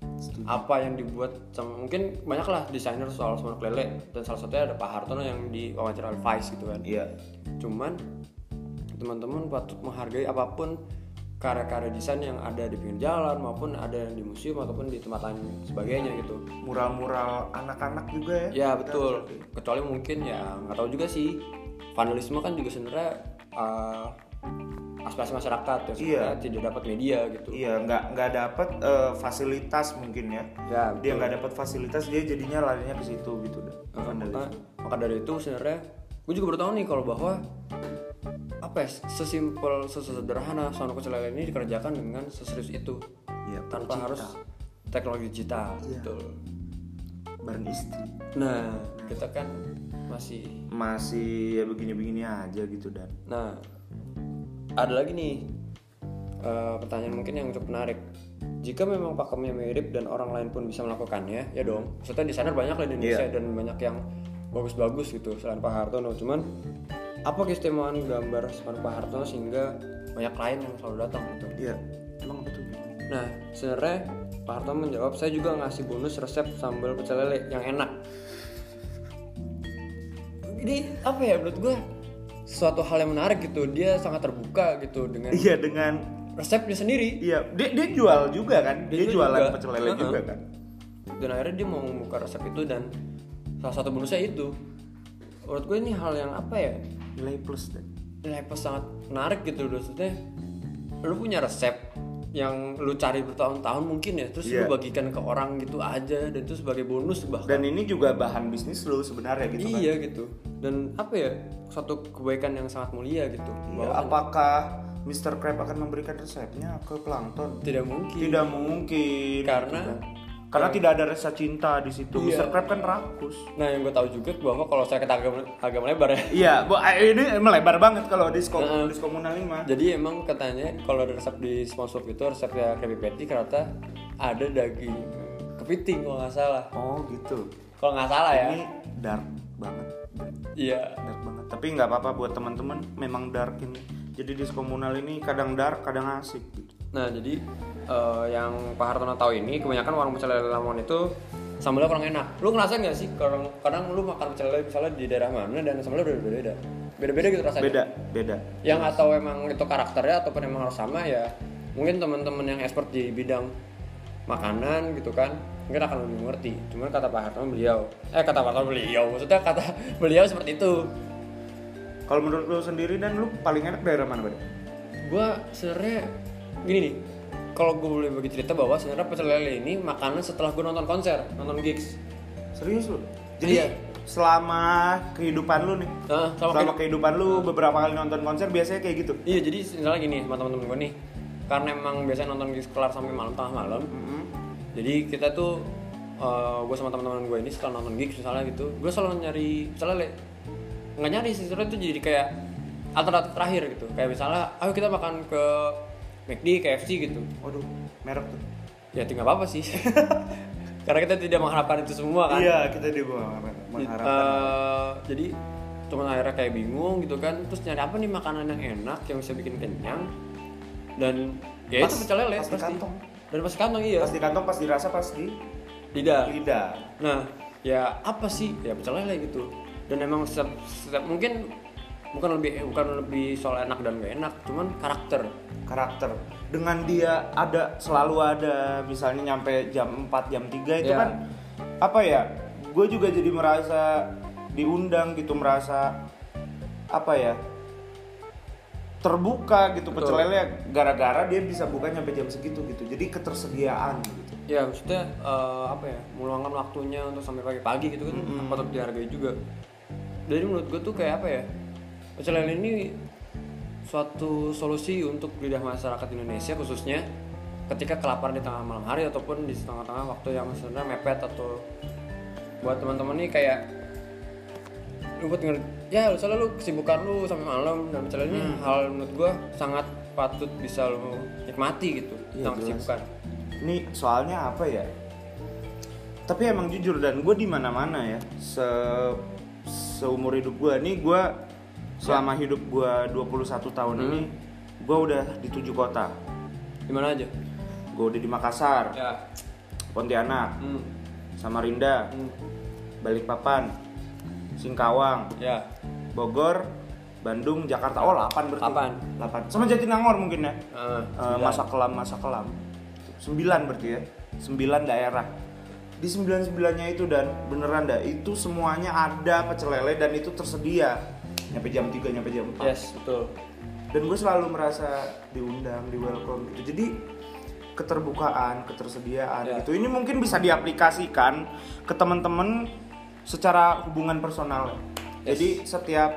Apa yang dibuat sama mungkin banyak lah desainer soal spanduk lele dan salah satunya ada Pak Hartono yang diwawancara Vice gitu kan. Iya. Cuman teman-teman patut menghargai apapun karya-karya desain yang ada di pinggir jalan maupun ada yang di museum ataupun di tempat lain sebagainya gitu. Mural-mural anak-anak juga ya? Ya betul. Kecuali mungkin ya nggak tahu juga sih. Vandalisme kan juga sebenarnya uh, aspirasi masyarakat ya sebenarnya iya. tidak dapat media gitu. Iya, nggak nggak dapat uh, fasilitas mungkin ya. Ya dia nggak dapat fasilitas dia jadinya larinya ke situ gitu deh. Uh, maka, maka dari itu sebenarnya gue juga baru tahu nih kalau bahwa apa ya, sesimpel sesederhana spanduk pecel lele ini dikerjakan dengan seserius itu ya, tanpa cinta. Harus teknologi digital ya. Betul. Bareng istri. Nah, kita kan masih masih ya begini-begini aja gitu Dan. Nah, ada lagi nih uh, pertanyaan mungkin yang cukup menarik. Jika memang pakemnya mirip dan orang lain pun bisa melakukannya, ya dong. Maksudnya desainer banyak lah di Indonesia yeah. dan banyak yang bagus-bagus gitu selain Pak Hartono. Cuman apa keistimewaan gambar spanduk Pak Hartono sehingga banyak klien yang selalu datang gitu? Iya, emang betul. Nah, sebenarnya Pak Hartono menjawab, saya juga ngasih bonus resep sambal pecel lele yang enak. Ini apa ya menurut gue suatu hal yang menarik gitu. Dia sangat terbuka gitu dengan iya dengan resepnya sendiri. Iya, dia dia jual juga kan? Dia, dia jualan juga. Pecel lele uh-huh. juga kan? Dan akhirnya dia mau membuka resep itu dan salah satu bonusnya itu. Menurut gue ini hal yang apa ya? Nilai plus deh. Nilai plus sangat menarik gitu. Maksudnya lu punya resep yang lu cari bertahun-tahun mungkin ya, terus yeah. lu bagikan ke orang gitu aja dan itu sebagai bonus bahkan. Dan ini juga bahan bisnis lu sebenarnya gitu kan. Iya gitu. Dan apa ya? Satu kebaikan yang sangat mulia gitu. Iya, apakah mister Krab akan memberikan resepnya ke Plankton? Tidak mungkin. Tidak mungkin. Karena gitu kan. Karena tidak ada rasa cinta di situ. Iya. mister Krab kan rakus. Nah, yang gue tahu juga bahwa kalau saya kita agak, agak melebar ya. Iya, ini melebar banget kalau di Disko, uh, Diskomunal lima. Jadi emang katanya kalau ada resep di sponsor itu resepnya Krabby Patty ternyata ada daging kepiting kalau nggak salah. Oh gitu. Kalau nggak salah ya. Ini dark banget. Iya. Dark banget. Tapi nggak apa-apa buat teman-teman. Memang dark ini. Jadi Diskomunal ini kadang dark, kadang asik gitu. Nah jadi uh, yang Pak Hartono tahu ini kebanyakan warung pecel lele Lamongan itu sambalnya kurang enak. Lu ngerasain nggak sih kadang kadang lu makan pecel lele misalnya di daerah mana dan sambalnya udah beda beda-beda gitu rasanya. Beda, beda. Yang atau emang itu karakternya ataupun emang harus sama ya. Mungkin teman-teman yang expert di bidang makanan gitu kan mungkin akan lebih mengerti. Cuman kata Pak Hartono beliau, eh kata Pak Hartono beliau, maksudnya kata beliau seperti itu. Kalau menurut lu sendiri dan lu paling enak daerah mana, Bang? Gua sebenarnya gini nih. Kalau gue boleh bagi cerita bahwa sebenarnya pecel lele ini makanan setelah gue nonton konser, nonton gigs. Serius lu? Jadi iya. selama kehidupan lu nih, Nah, selama, selama kehidupan lu beberapa kali nonton konser biasanya kayak gitu? Iya, jadi misalnya gini sama teman-teman gue nih, karena emang biasanya nonton gigs kelar sampai malam tengah malam. Mm-hmm. Jadi kita tuh, uh, gue sama teman-teman gue ini setelah nonton gigs misalnya gitu, gue selalu nyari pecel lele. Nggak nyari sih, sebenarnya tuh jadi kayak alternatif terakhir gitu. Kayak misalnya, ayo kita makan ke McD, K F C gitu. Waduh, merek tuh. Ya tinggal apa-apa sih. Karena kita tidak mengharapkan itu semua kan. Iya, kita tidak mengharapkan. Uh, jadi cuman akhirnya kayak bingung gitu kan. Terus nyari apa nih makanan yang enak yang bisa bikin kenyang. Dan ya pas, itu pecel lele pas di kantong. Dan pas di kantong iya. Pas di kantong, pas dirasa, pas di lidah. Lidah. Nah, ya apa sih? Ya pecel lele gitu. Dan emang setiap, setiap mungkin bukan lebih bukan lebih soal enak dan gak enak, cuman karakter. Karakter. Dengan dia ada selalu ada misalnya nyampe jam empat, jam tiga itu yeah. kan apa ya? Gue juga jadi merasa diundang gitu, merasa apa ya? Terbuka gitu pecel lele gara-gara dia bisa buka nyampe jam segitu gitu. Jadi ketersediaan gitu. Ya maksudnya uh, apa ya? Meluangkan waktunya untuk sampai pagi-pagi gitu kan mm-hmm. patut dihargai juga. Jadi menurut gue tuh kayak apa ya? Pecel lele ini suatu solusi untuk lidah masyarakat Indonesia khususnya ketika kelaparan di tengah malam hari ataupun di tengah-tengah waktu yang sebenarnya mepet atau buat teman-teman nih kayak lu buat ngerti ya lu selalu kesibukan lu sampai malam dan pecel lele ini hmm. hal menurut gua sangat patut bisa lu nikmati gitu ya, tentang kesibukan. Ini soalnya apa ya? Tapi emang jujur dan gue di mana-mana ya se seumur hidup gue nih gue selama hidup gue dua puluh satu tahun hmm. ini gue udah di tujuh kota. Di mana aja? Gue udah di Makassar, ya. Pontianak, hmm. Samarinda, hmm. Balikpapan, Singkawang, ya. Bogor, Bandung, Jakarta. Oh delapan berarti. delapan. Sama Jatinangor mungkin ya. Uh, uh, masa kelam, masa kelam. sembilan berarti ya. sembilan daerah. Di sembilan-sembilannya itu dan beneran dah itu semuanya ada pecel lele dan itu tersedia. Nyampe jam tiga, nyampe jam empat. Yes, betul. Dan gue selalu merasa diundang, di welcome gitu. Jadi keterbukaan, ketersediaan yeah. gitu. Ini mungkin bisa diaplikasikan ke teman-teman secara hubungan personal. Yes. Jadi setiap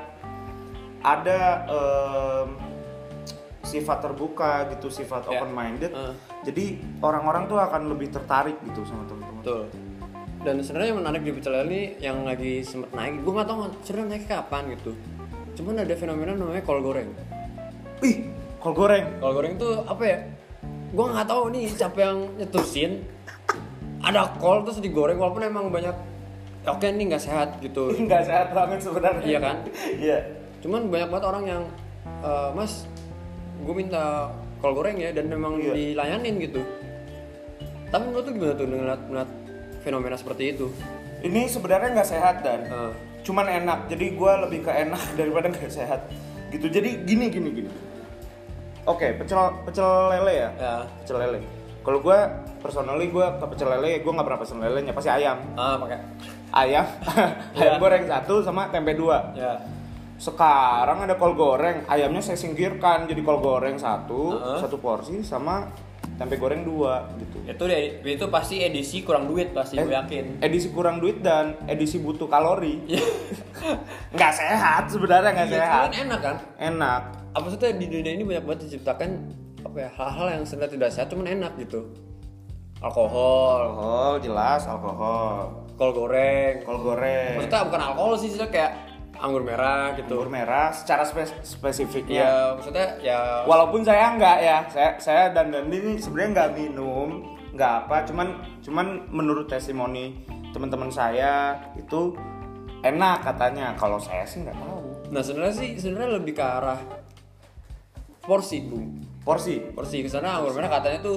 ada um, sifat terbuka gitu, sifat yeah. open minded. Uh. Jadi orang-orang tuh akan lebih tertarik gitu sama teman-teman. Betul. Dan sebenarnya yang menarik di pecel lele ini yang lagi sempet naik, gue nggak tahu sebenarnya naik kapan gitu. Cuman ada fenomena namanya kol goreng. Ih, kol goreng. Kol goreng tuh apa ya? Gue nggak tahu nih siapa yang nyetusin. Ada kol terus digoreng walaupun emang banyak. Oke ini nggak sehat gitu. Nggak sehat banget sebenarnya. Iya kan? Iya. Cuman banyak banget orang yang, e, Mas, gue minta kol goreng ya dan memang iya. dilayanin gitu. Tapi menurut tuh gimana tuh ngeliat, ngeliat fenomena seperti itu? Ini sebenarnya nggak sehat dan uh. cuman enak. Jadi gue lebih ke enak daripada nggak sehat gitu. Jadi gini gini gini. Oke, okay, pecel pecel lele ya. Ya. Pecel lele. Kalau gue personally gue ke pecel lele gue nggak pernah pesen lelenya, pasti ayam. Ah, pakai ayam. Ayam goreng satu sama tempe dua. Ya. Sekarang ada kol goreng, ayamnya saya singkirkan jadi kol goreng satu, uh-huh. satu porsi sama tempe goreng dua gitu. Itu deh, itu pasti edisi kurang duit pasti, eh, gue yakin. Edisi kurang duit dan edisi butuh kalori. Nggak sehat sebenarnya, nggak iya, sehat. Kan enak kan? Enak. Apa maksudnya di dunia ini banyak banget diciptakan apa ya hal-hal yang sebenarnya tidak sehat cuman enak gitu. Alkohol, alkohol jelas alkohol. Kol goreng, kol goreng. Maksudnya bukan alkohol sih, sih kayak anggur merah gitu. Anggur merah secara spes- spesifiknya. Ya, maksudnya ya walaupun saya enggak ya, saya saya dan Dandi ini sebenarnya enggak minum, enggak apa, cuman cuman menurut testimoni teman-teman saya itu enak katanya. Kalau saya sih enggak tahu. Nah, sebenarnya sih sebenarnya lebih ke arah porsi, Bung. Porsi. Porsi ke sana anggur merah katanya tuh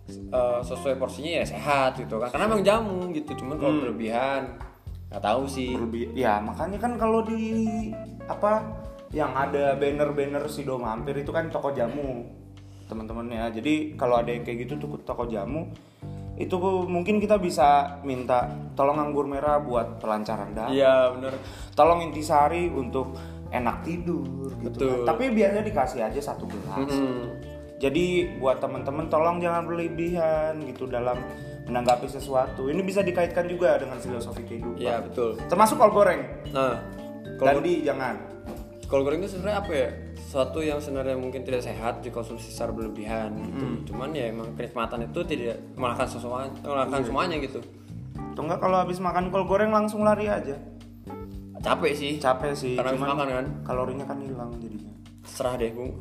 uh, sesuai porsinya ya sehat gitu kan. Karena emang jamu gitu, cuman kalau Hmm. berlebihan nggak tahu sih. Berlebih. Ya makanya kan kalau di apa yang ada banner-banner Sido Mampir itu kan toko jamu teman-temannya. Jadi kalau ada yang kayak gitu tuh toko jamu itu mungkin kita bisa minta tolong anggur merah buat pelancaran darah. Iya benar. Tolong intisari untuk enak tidur gitu Betul. kan. Tapi biasanya dikasih aja satu gelas. Hmm. Jadi buat teman-teman tolong jangan berlebihan gitu dalam menanggapi sesuatu. Ini bisa dikaitkan juga dengan filosofi kehidupan. Iya betul. Termasuk kol goreng. Nah, kalau Dandi jangan. kol goreng itu sebenarnya apa ya? Sesuatu yang sebenarnya mungkin tidak sehat dikonsumsi secara berlebihan gitu. Hmm. Cuman ya emang kenikmatan itu tidak melahkan semuanya, melahkan semuanya gitu. Atau enggak kalau habis makan kol goreng langsung lari aja. Capek sih. Capek sih. Karena habis cuman makan kan. kalorinya kan hilang jadinya. Serah deh, Bung.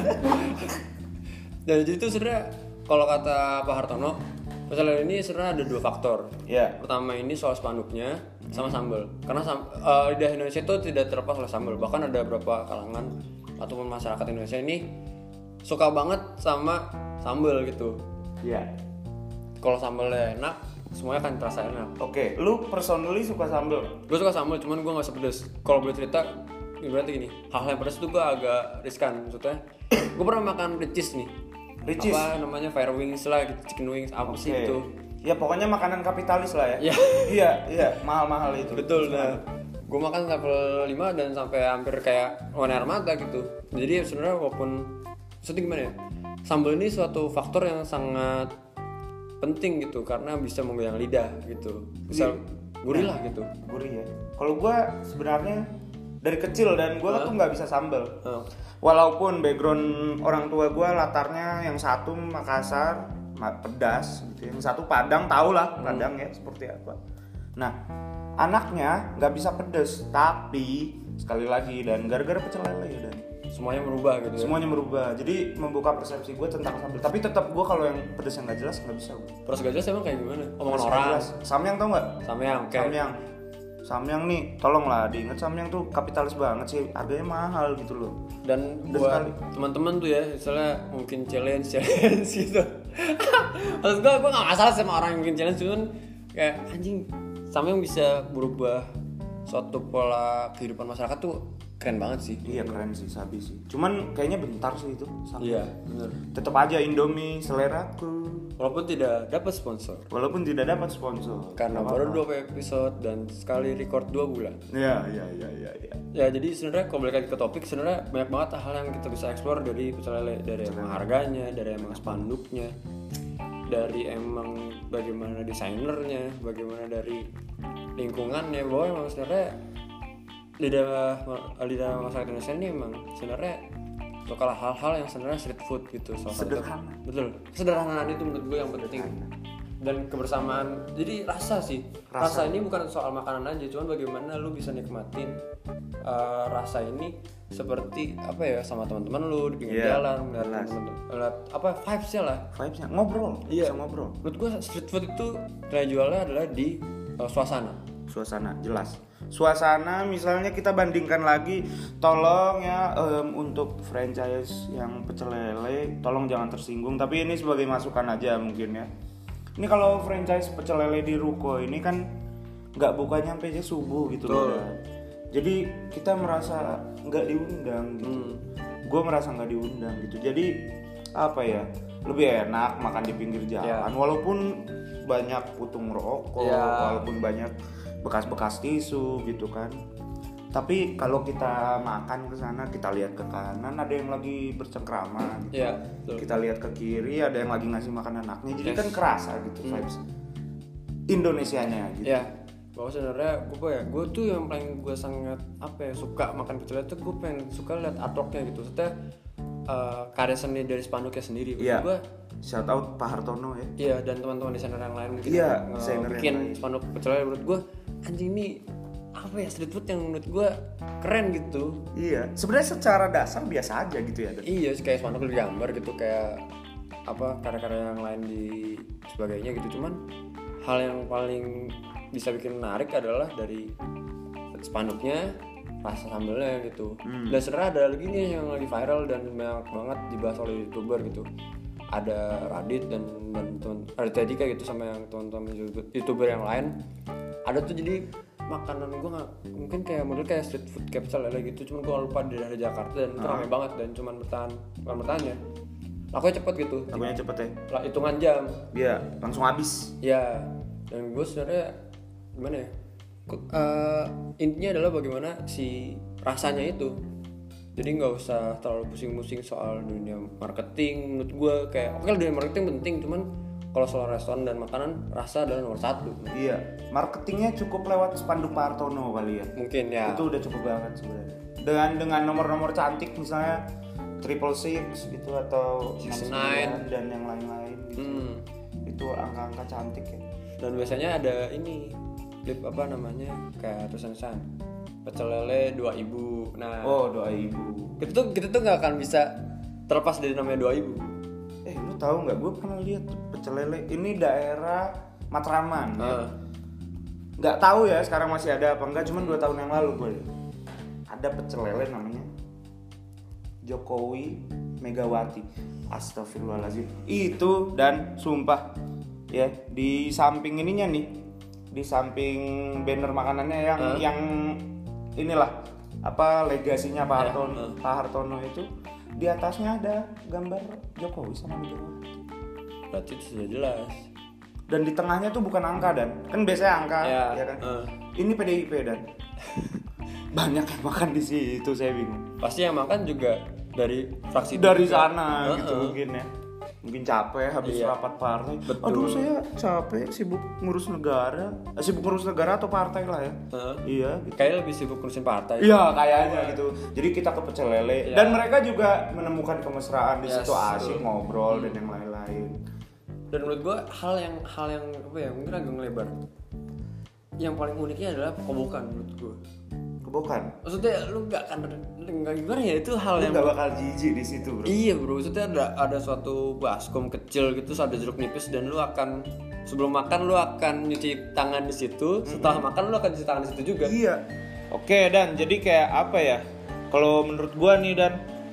Dan jadi itu sebenarnya kalau kata Pak Hartono, pecel lele ini sebenarnya ada dua faktor. Iya. Pertama ini soal spanduknya sama sambal. Karena sam- uh, lidah Indonesia itu tidak terlepas oleh sambal. Bahkan ada beberapa kalangan ataupun masyarakat Indonesia ini suka banget sama sambal gitu. Iya. Kalau sambalnya enak, semuanya akan terasa enak. Oke, lu personally suka sambal? Gue suka sambal, cuman gue nggak sepedes. Kalau boleh cerita, berarti gini, hal yang pedas itu gue agak riskan. Maksudnya, gue pernah makan ricis nih. Ricis? Apa namanya fire wings lah, gitu, chicken wings, apa sih Oke. itu? Ya pokoknya makanan kapitalis lah ya. Iya. iya, iya, mahal-mahal itu. Betul. Nah, gue makan level lima dan sampai hampir kayak warna air mata gitu. Jadi sebenarnya walaupun, maksudnya gimana ya? Sambal ini suatu faktor yang sangat penting gitu karena bisa menggoyang lidah gitu. Bisa gurih lah gitu. Gurih ya. Kalau gua sebenarnya dari kecil dan gua tuh nggak bisa sambal. Oh. Walaupun background orang tua gue latarnya yang satu Makassar ma- pedas gitu, yang satu Padang, tau lah Padang ya seperti apa. Nah anaknya nggak bisa pedas, tapi sekali lagi dan gara-gara pecel lele ya dan Semuanya merubah gitu ya. semuanya merubah. Jadi membuka persepsi gue tentang sambal. Tapi tetap gue kalau yang pedas yang nggak jelas nggak bisa gue. Terus gak jelas emang kayak gimana? Omongan Pedas nggak orang. jelas. Samyang tau nggak? Samyang kayak Samyang. Samyang nih, tolonglah diingat Samyang tuh kapitalis banget sih, harganya mahal gitu loh. dan Dan buat sekali. teman-teman tuh ya misalnya mungkin challenge challenge gitu. Maksud gue gue gak masalah sama orang yang mungkin challenge, cuman kayak anjing Samyang bisa berubah suatu pola kehidupan masyarakat tuh keren banget sih. Iya keren sih, sabi sih. Cuman kayaknya bentar sih itu. Iya benar. Tetap aja Indomie seleraku. Walaupun tidak dapat sponsor Walaupun tidak dapat sponsor. karena Gak baru apa-apa. dua episode dan sekali record dua bulan. Iya iya iya iya. Ya. Ya jadi sebenarnya kalau balik lagi ke topik sebenarnya banyak banget hal yang kita bisa explore dari pecel lele, dari emang harganya, dari emang spanduknya, dari emang bagaimana desainernya, bagaimana dari lingkungannya, bahwa emang sebenarnya lidah lidah masyarakat Indonesia ini emang sebenarnya suka hal-hal yang sebenarnya street food gitu. Salah satu- Sederhana. betul, kesederhanaan itu menurut gue yang penting dan kebersamaan. Jadi rasa sih rasa. Rasa. ini bukan soal makanan aja, cuman bagaimana lu bisa nikmatin uh, rasa ini seperti apa ya sama teman-teman lu di pinggir Iya, jalan, melihat jelas. teman-teman, melihat apa vibes-nya lah. Vibes-nya ngobrol. Iya. Bisa ngobrol. Menurut gue street food itu nilai jualnya adalah di uh, suasana. Suasana jelas. Suasana misalnya kita bandingkan lagi, tolong ya em, untuk franchise yang pecel lele, tolong jangan tersinggung. Tapi ini sebagai masukan aja mungkin ya. Ini kalau franchise pecel lele di Ruko ini kan nggak bukanya sampai aja subuh gitu loh. Betul. Dan. Jadi kita merasa nggak diundang gitu. Hmm. Gue merasa nggak diundang gitu. Jadi apa ya? Lebih enak makan di pinggir jalan, Ya. walaupun banyak putung rokok, Ya. walaupun banyak bekas-bekas tisu gitu kan. Tapi kalau kita makan ke sana, kita lihat ke kanan ada yang lagi bercengkrama gitu. Iya, betul. Kita lihat ke kiri ada yang lagi ngasih makan anaknya. Jadi Yes. kan kerasa gitu Hmm. vibes Indonesianya gitu. Ya, bahwa sebenarnya gue ya, gue tuh yang paling gue sangat apa ya suka makan pecel lele tuh gue pengen suka lihat artworknya gitu. Maksudnya uh, karya seni dari spanduknya sendiri. Maksud Iya. gue Shout out Pak Hartono ya. iya dan teman-teman desainer yang lain mungkin Iya, yang, uh, desainer yang bikin lain. spanduk pecel lele menurut gue anjing nih apa ya street food yang menurut gue keren gitu. Iya, sebenarnya secara dasar biasa aja gitu ya. Dan. Iya kayak spanduk digambar gitu kayak apa karya-karya yang lain di sebagainya gitu, cuman hal yang paling bisa bikin menarik adalah dari spanduknya, rasa sambelnya gitu. Hmm. Dan sebenarnya ada lagi nih yang lagi viral dan banyak banget dibahas oleh youtuber gitu. ada Radit dan dan teman Radit Dika gitu sama yang teman-teman youtuber yang lain ada tuh jadi makanan gue nggak mungkin kayak model kayak street food kayak pecel lele gitu cuman gue lupa di daerah Jakarta dan itu ramai banget dan cuman bertahan bukan bertahan ya lakunya cepet gitu lakunya cepet ya lah hitungan jam iya langsung habis ya dan gue sebenarnya gimana ya uh, intinya adalah bagaimana si rasanya itu jadi nggak usah terlalu pusing-pusing soal dunia marketing menurut gue kayak oke dunia marketing penting cuman kalau soal restoran dan makanan rasa adalah nomor satu. Iya, marketingnya cukup lewat spanduk Pak Hartono kali ya. Mungkin ya. Itu udah cukup banget sebenarnya. Dengan dengan nomor-nomor cantik misalnya triple six gitu atau enam sembilan dan yang lain-lain gitu. Hmm. Itu angka-angka cantik ya. Dan biasanya ada ini klip apa namanya kayak tulisan-tulisan pecel lele dua ibu. Nah, oh dua ibu. Kita tuh kita tuh nggak akan bisa terlepas dari namanya dua ibu. Eh lu tahu nggak? Gue pernah lihat pecel lele ini daerah Matraman. Uh. Ya. Nggak tahu ya sekarang masih ada apa enggak. Cuman dua tahun yang lalu gue lihat ada pecel lele namanya Jokowi Megawati. Astagfirullahaladzim. Itu dan sumpah ya di samping ininya nih, di samping banner makanannya yang uh. yang inilah apa legasinya Pak Hartono. Uh. Pak Hartono itu di atasnya ada gambar Jokowi sama Megawati. Berarti itu sudah jelas. Dan di tengahnya tuh bukan angka dan kan biasanya angka ya, ya kan. Uh. Ini P D I P dan banyak yang makan di situ saya bingung. Pasti yang makan juga dari fraksi dari sana uh-uh. gitu mungkin ya. Mungkin capek habis iya. rapat partai. Betul. Aduh saya capek sibuk ngurus negara. Eh, sibuk ngurus negara atau partai lah ya. Uh-huh. Iya. Gitu. Kayaknya lebih sibuk ngurusin partai. Iya kayaknya gitu. Jadi kita ke pecel lele iya. dan mereka juga menemukan kemesraan di yes, situ asik ngobrol hmm. dan yang lain-lain. Dan menurut gue hal yang hal yang apa ya mungkin agak ngelebar. Yang paling uniknya adalah kobokan menurut gue. Kobokan. Maksudnya lu nggak akan nggak gimana ya itu hal lu yang nggak bakal jijik di situ bro. Iya bro, maksudnya ada ada suatu baskom kecil gitu, ada jeruk nipis dan lu akan sebelum makan lu akan nyuci tangan di situ, mm-hmm. setelah makan lu akan nyuci tangan di situ juga. Iya. Oke dan jadi kayak apa ya? Kalau menurut gua nih dan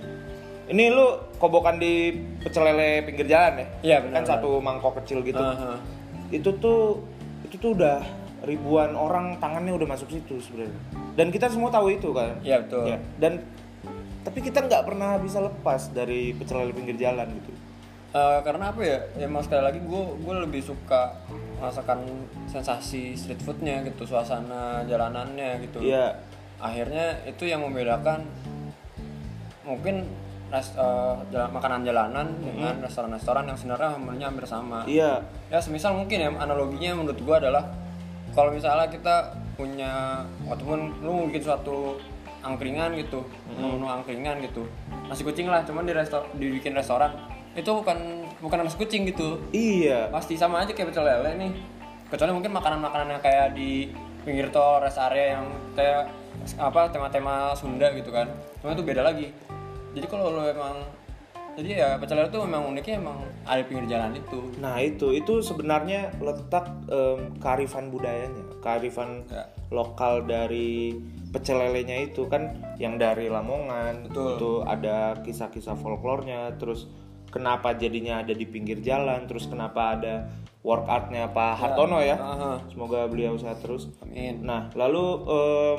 ini lu kobokan di pecel lele pinggir jalan ya? Iya benar. Kan satu mangkok kecil gitu. Uh-huh. Itu tuh itu tuh udah ribuan orang tangannya udah masuk situ sebenarnya. Dan kita semua tahu itu kan. Iya betul. Ya. Dan tapi kita nggak pernah bisa lepas dari pecel lele pinggir jalan gitu. Uh, karena apa ya? Emang sekali lagi gue gue lebih suka merasakan sensasi street foodnya gitu, suasana jalanannya gitu. Iya. Akhirnya itu yang membedakan mungkin res, uh, jalan, makanan jalanan mm-hmm. dengan restoran-restoran yang sebenarnya menunya hampir sama. Iya. Ya semisal mungkin ya analoginya menurut gue adalah kalau misalnya kita punya ataupun lu bikin suatu angkringan gitu, mm-hmm. menu angkringan gitu, nasi kucing lah, cuman di resto dibikin restoran itu bukan bukan nasi kucing gitu. Iya. Pasti sama aja kayak pecel lele nih. Kecuali mungkin makanan-makanan yang kayak di pinggir tol, rest area yang kayak apa tema-tema Sunda gitu kan. Cuma itu beda lagi. Jadi kalau lo emang jadi ya pecel lele itu memang uniknya emang ada pinggir jalan itu. Nah itu itu sebenarnya letak um, kearifan budayanya, kearifan ya. lokal dari pecel lelenya itu kan yang dari Lamongan. Betul. Itu ada kisah-kisah folklornya, terus kenapa jadinya ada di pinggir jalan, terus kenapa ada work artnya Pak Hartono ya. Uh-huh. Semoga beliau sehat terus. Amin. Nah lalu um,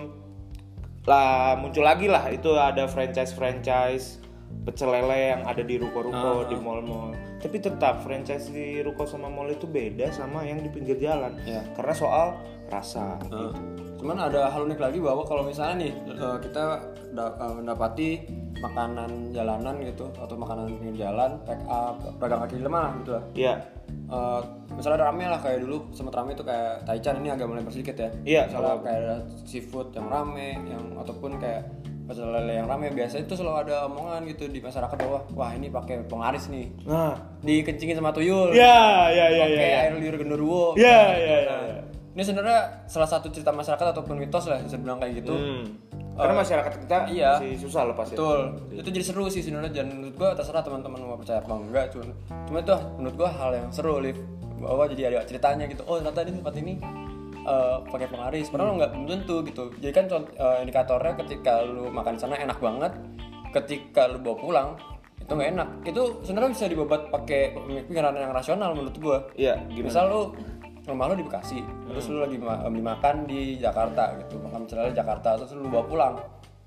lah muncul lagi lah itu ada franchise-franchise pecel lele yang ada di ruko-ruko, uh-huh. di mall-mall. Tapi tetap franchise di ruko sama mall itu beda sama yang di pinggir jalan. Yeah. Karena soal rasa uh. gitu. Cuman ada hal unik lagi bahwa kalau misalnya nih kita mendapati makanan jalanan gitu atau makanan pinggir jalan, pack up, pedagang kaki lima lah gitu lah. Iya. Yeah. Uh, misalnya ada rame lah kayak dulu sempat rame itu kayak Taichan, ini agak mulai sedikit ya. Iya. Misalnya kayak ada seafood yang rame, yang ataupun kayak pecel lele yang rame, biasanya itu selalu ada omongan gitu di masyarakat bahwa wah ini pakai penglaris nih. Nah, dikencingin sama tuyul. Iya, iya, iya, pakai ya. air liur genderuwo. Iya, iya, iya. Ini sebenarnya salah satu cerita masyarakat ataupun mitos lah bisa bilang kayak gitu. Hmm. Karena uh, masyarakat kita iya, masih susah lepas ya. Betul. Itu jadi seru sih sebenarnya, dan menurut gua terserah teman-teman mau percaya apa enggak, cuma cuma itu menurut gua hal yang seru, Liv. Bahwa jadi ada ceritanya gitu. Oh, ternyata di tempat ini Uh, pakai penglaris, padahal hmm. nggak belum tentu gitu. Jadi kan uh, indikatornya ketika lu makan di sana enak banget, ketika lu bawa pulang itu nggak enak. Itu sebenarnya bisa dibabat pakai pemikiran yang rasional menurut gua. Iya, gimana? Misal lu rumah lu di Bekasi, hmm. terus lu lagi ma- beli makan di Jakarta gitu, makan misalnya di Jakarta, terus lu bawa pulang,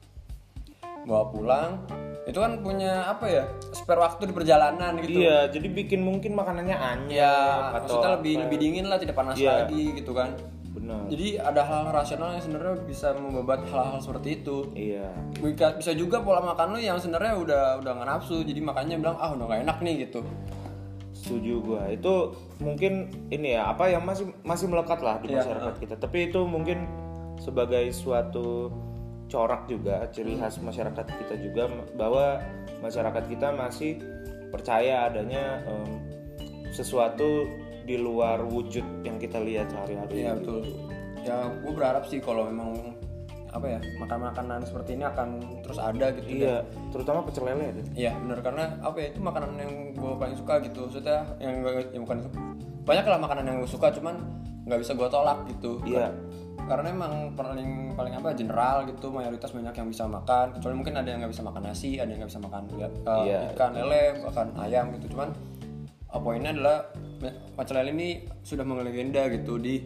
bawa pulang, itu kan punya apa ya, spare waktu di perjalanan gitu. Iya, jadi bikin mungkin makanannya anyep Ya, atau maksudnya lebih apa. lebih dingin lah, tidak panas Iya. lagi gitu kan. Benar. Jadi ada hal rasional yang sebenarnya bisa membabat hal-hal seperti itu. Iya. Bisa bisa juga pola makan lu yang sebenarnya udah udah nggak nafsu, jadi makannya bilang ah udah nggak enak nih gitu. Setuju gua. Itu mungkin ini ya, apa yang masih masih melekat lah di Iya, masyarakat uh. kita. Tapi itu mungkin sebagai suatu corak juga, ciri khas masyarakat kita juga, bahwa masyarakat kita masih percaya adanya um, sesuatu di luar wujud yang kita lihat sehari-hari. Iya betul. Ya gue berharap sih kalau memang apa ya, makan makanan seperti ini akan terus ada gitu. Iya, dan terutama pecel lele itu. Iya benar, karena apa ya, itu makanan yang gue paling suka gitu. Maksudnya yang gak, ya bukan banyak lah makanan yang gue suka, cuman nggak bisa gue tolak gitu. Iya. Karena emang paling paling apa general gitu, mayoritas banyak yang bisa makan, kecuali mungkin ada yang nggak bisa makan nasi, ada yang nggak bisa makan uh, Iya. ikan lele, bahkan ayam gitu. Cuman uh, poinnya adalah pecel lele ini sudah melegenda gitu di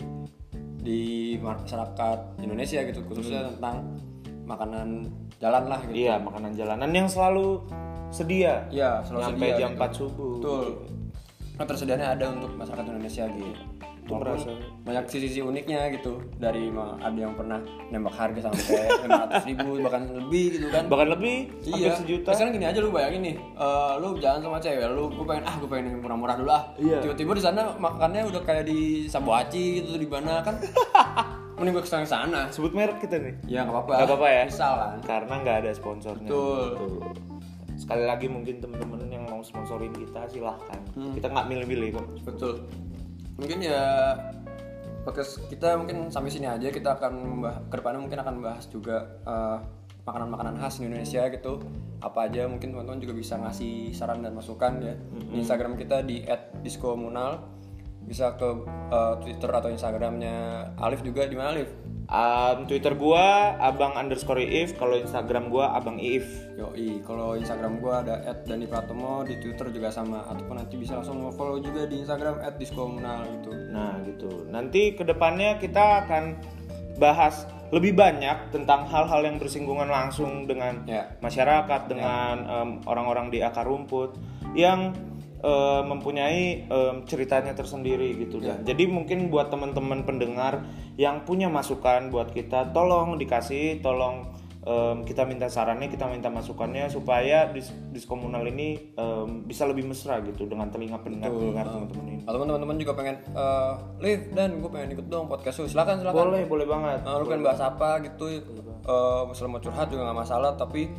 di masyarakat Indonesia gitu, khususnya hmm. tentang makanan jalan lah gitu. Iya, makanan jalanan yang selalu sedia. Iya, selalu sampai sedia jam gitu. empat subuh. Betul. Nah, tersedianya ada untuk masyarakat Indonesia gitu. Itu merasa Banyak sisi-sisi uniknya gitu. Dari ada yang pernah nembak harga sampai lima ratus ribu bahkan lebih gitu kan. Bahkan lebih, hampir Iya. sejuta. Sekarang gini aja, lu bayangin nih, uh, lu jalan sama cewek, lu gue pengen ah gue pengen yang murah-murah dulu ah. Iya. Tiba-tiba di sana makannya udah kayak di Sabuaci gitu, di mana kan. Mending gue kesana sana. Sebut merek kita nih. Ya nggak apa-apa. Nggak apa-apa ya. Misal kan. Karena nggak ada sponsornya. Betul. Betul. Sekali lagi mungkin teman-teman yang mau sponsorin kita silahkan. Hmm. Kita nggak milih-milih kok. Betul. Mungkin ya podcast kita mungkin sampai sini aja. Kita akan membahas, kedepannya mungkin akan membahas juga uh, makanan-makanan khas di Indonesia gitu. Apa aja, mungkin teman-teman juga bisa ngasih saran dan masukan ya. Mm-hmm. Di Instagram kita di et diskomunal. Bisa ke uh, Twitter atau Instagramnya Alif juga, di mana Alif? Um, Twitter gua abang underscore iif, kalau Instagram gua abang iif. Yoi, kalau Instagram gua ada et dani pratomo, di Twitter juga sama, ataupun nanti bisa langsung follow juga di Instagram et diskomunal gitu. Nah gitu. Nanti kedepannya kita akan bahas lebih banyak tentang hal-hal yang bersinggungan langsung dengan Ya. masyarakat, dengan Ya. um, orang-orang di akar rumput yang uh, mempunyai um, ceritanya tersendiri gitu Ya. dah. Jadi mungkin buat teman-teman pendengar yang punya masukan buat kita, tolong dikasih, tolong um, kita minta sarannya, kita minta masukannya supaya dis- diskomunal ini um, bisa lebih mesra gitu dengan telinga pendengar-pendengar teman-teman ini. Atau teman-teman juga pengen uh, Liv dan gue pengen ikut dong podcast lu, silakan silakan. Boleh, boleh banget. Uh, lu pengen bahas apa gitu, uh, misalnya mau curhat juga nggak masalah, tapi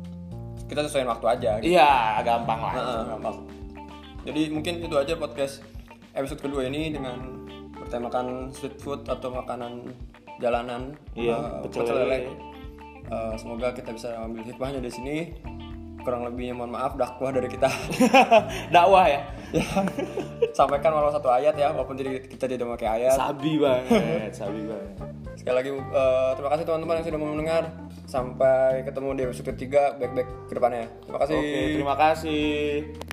kita sesuaiin waktu aja. Gitu. Iya, gampang lah. Nah, gampang. Jadi mungkin itu aja podcast episode kedua ini dengan bertemakan street food atau makanan jalanan. Iya, uh, pecel lele. Uh, semoga kita bisa ambil hikmahnya dari sini. Kurang lebihnya mohon maaf, dakwah dari kita. Dakwah ya. Ya, sampaikan walau satu ayat ya, walaupun jadi kita tidak memakai ayat. Sabi banget, sabi banget. Sekali lagi uh, terima kasih teman-teman yang sudah mau mendengar. Sampai ketemu di episode ketiga, baik-baik ke depannya. Terima kasih. Oke, terima kasih.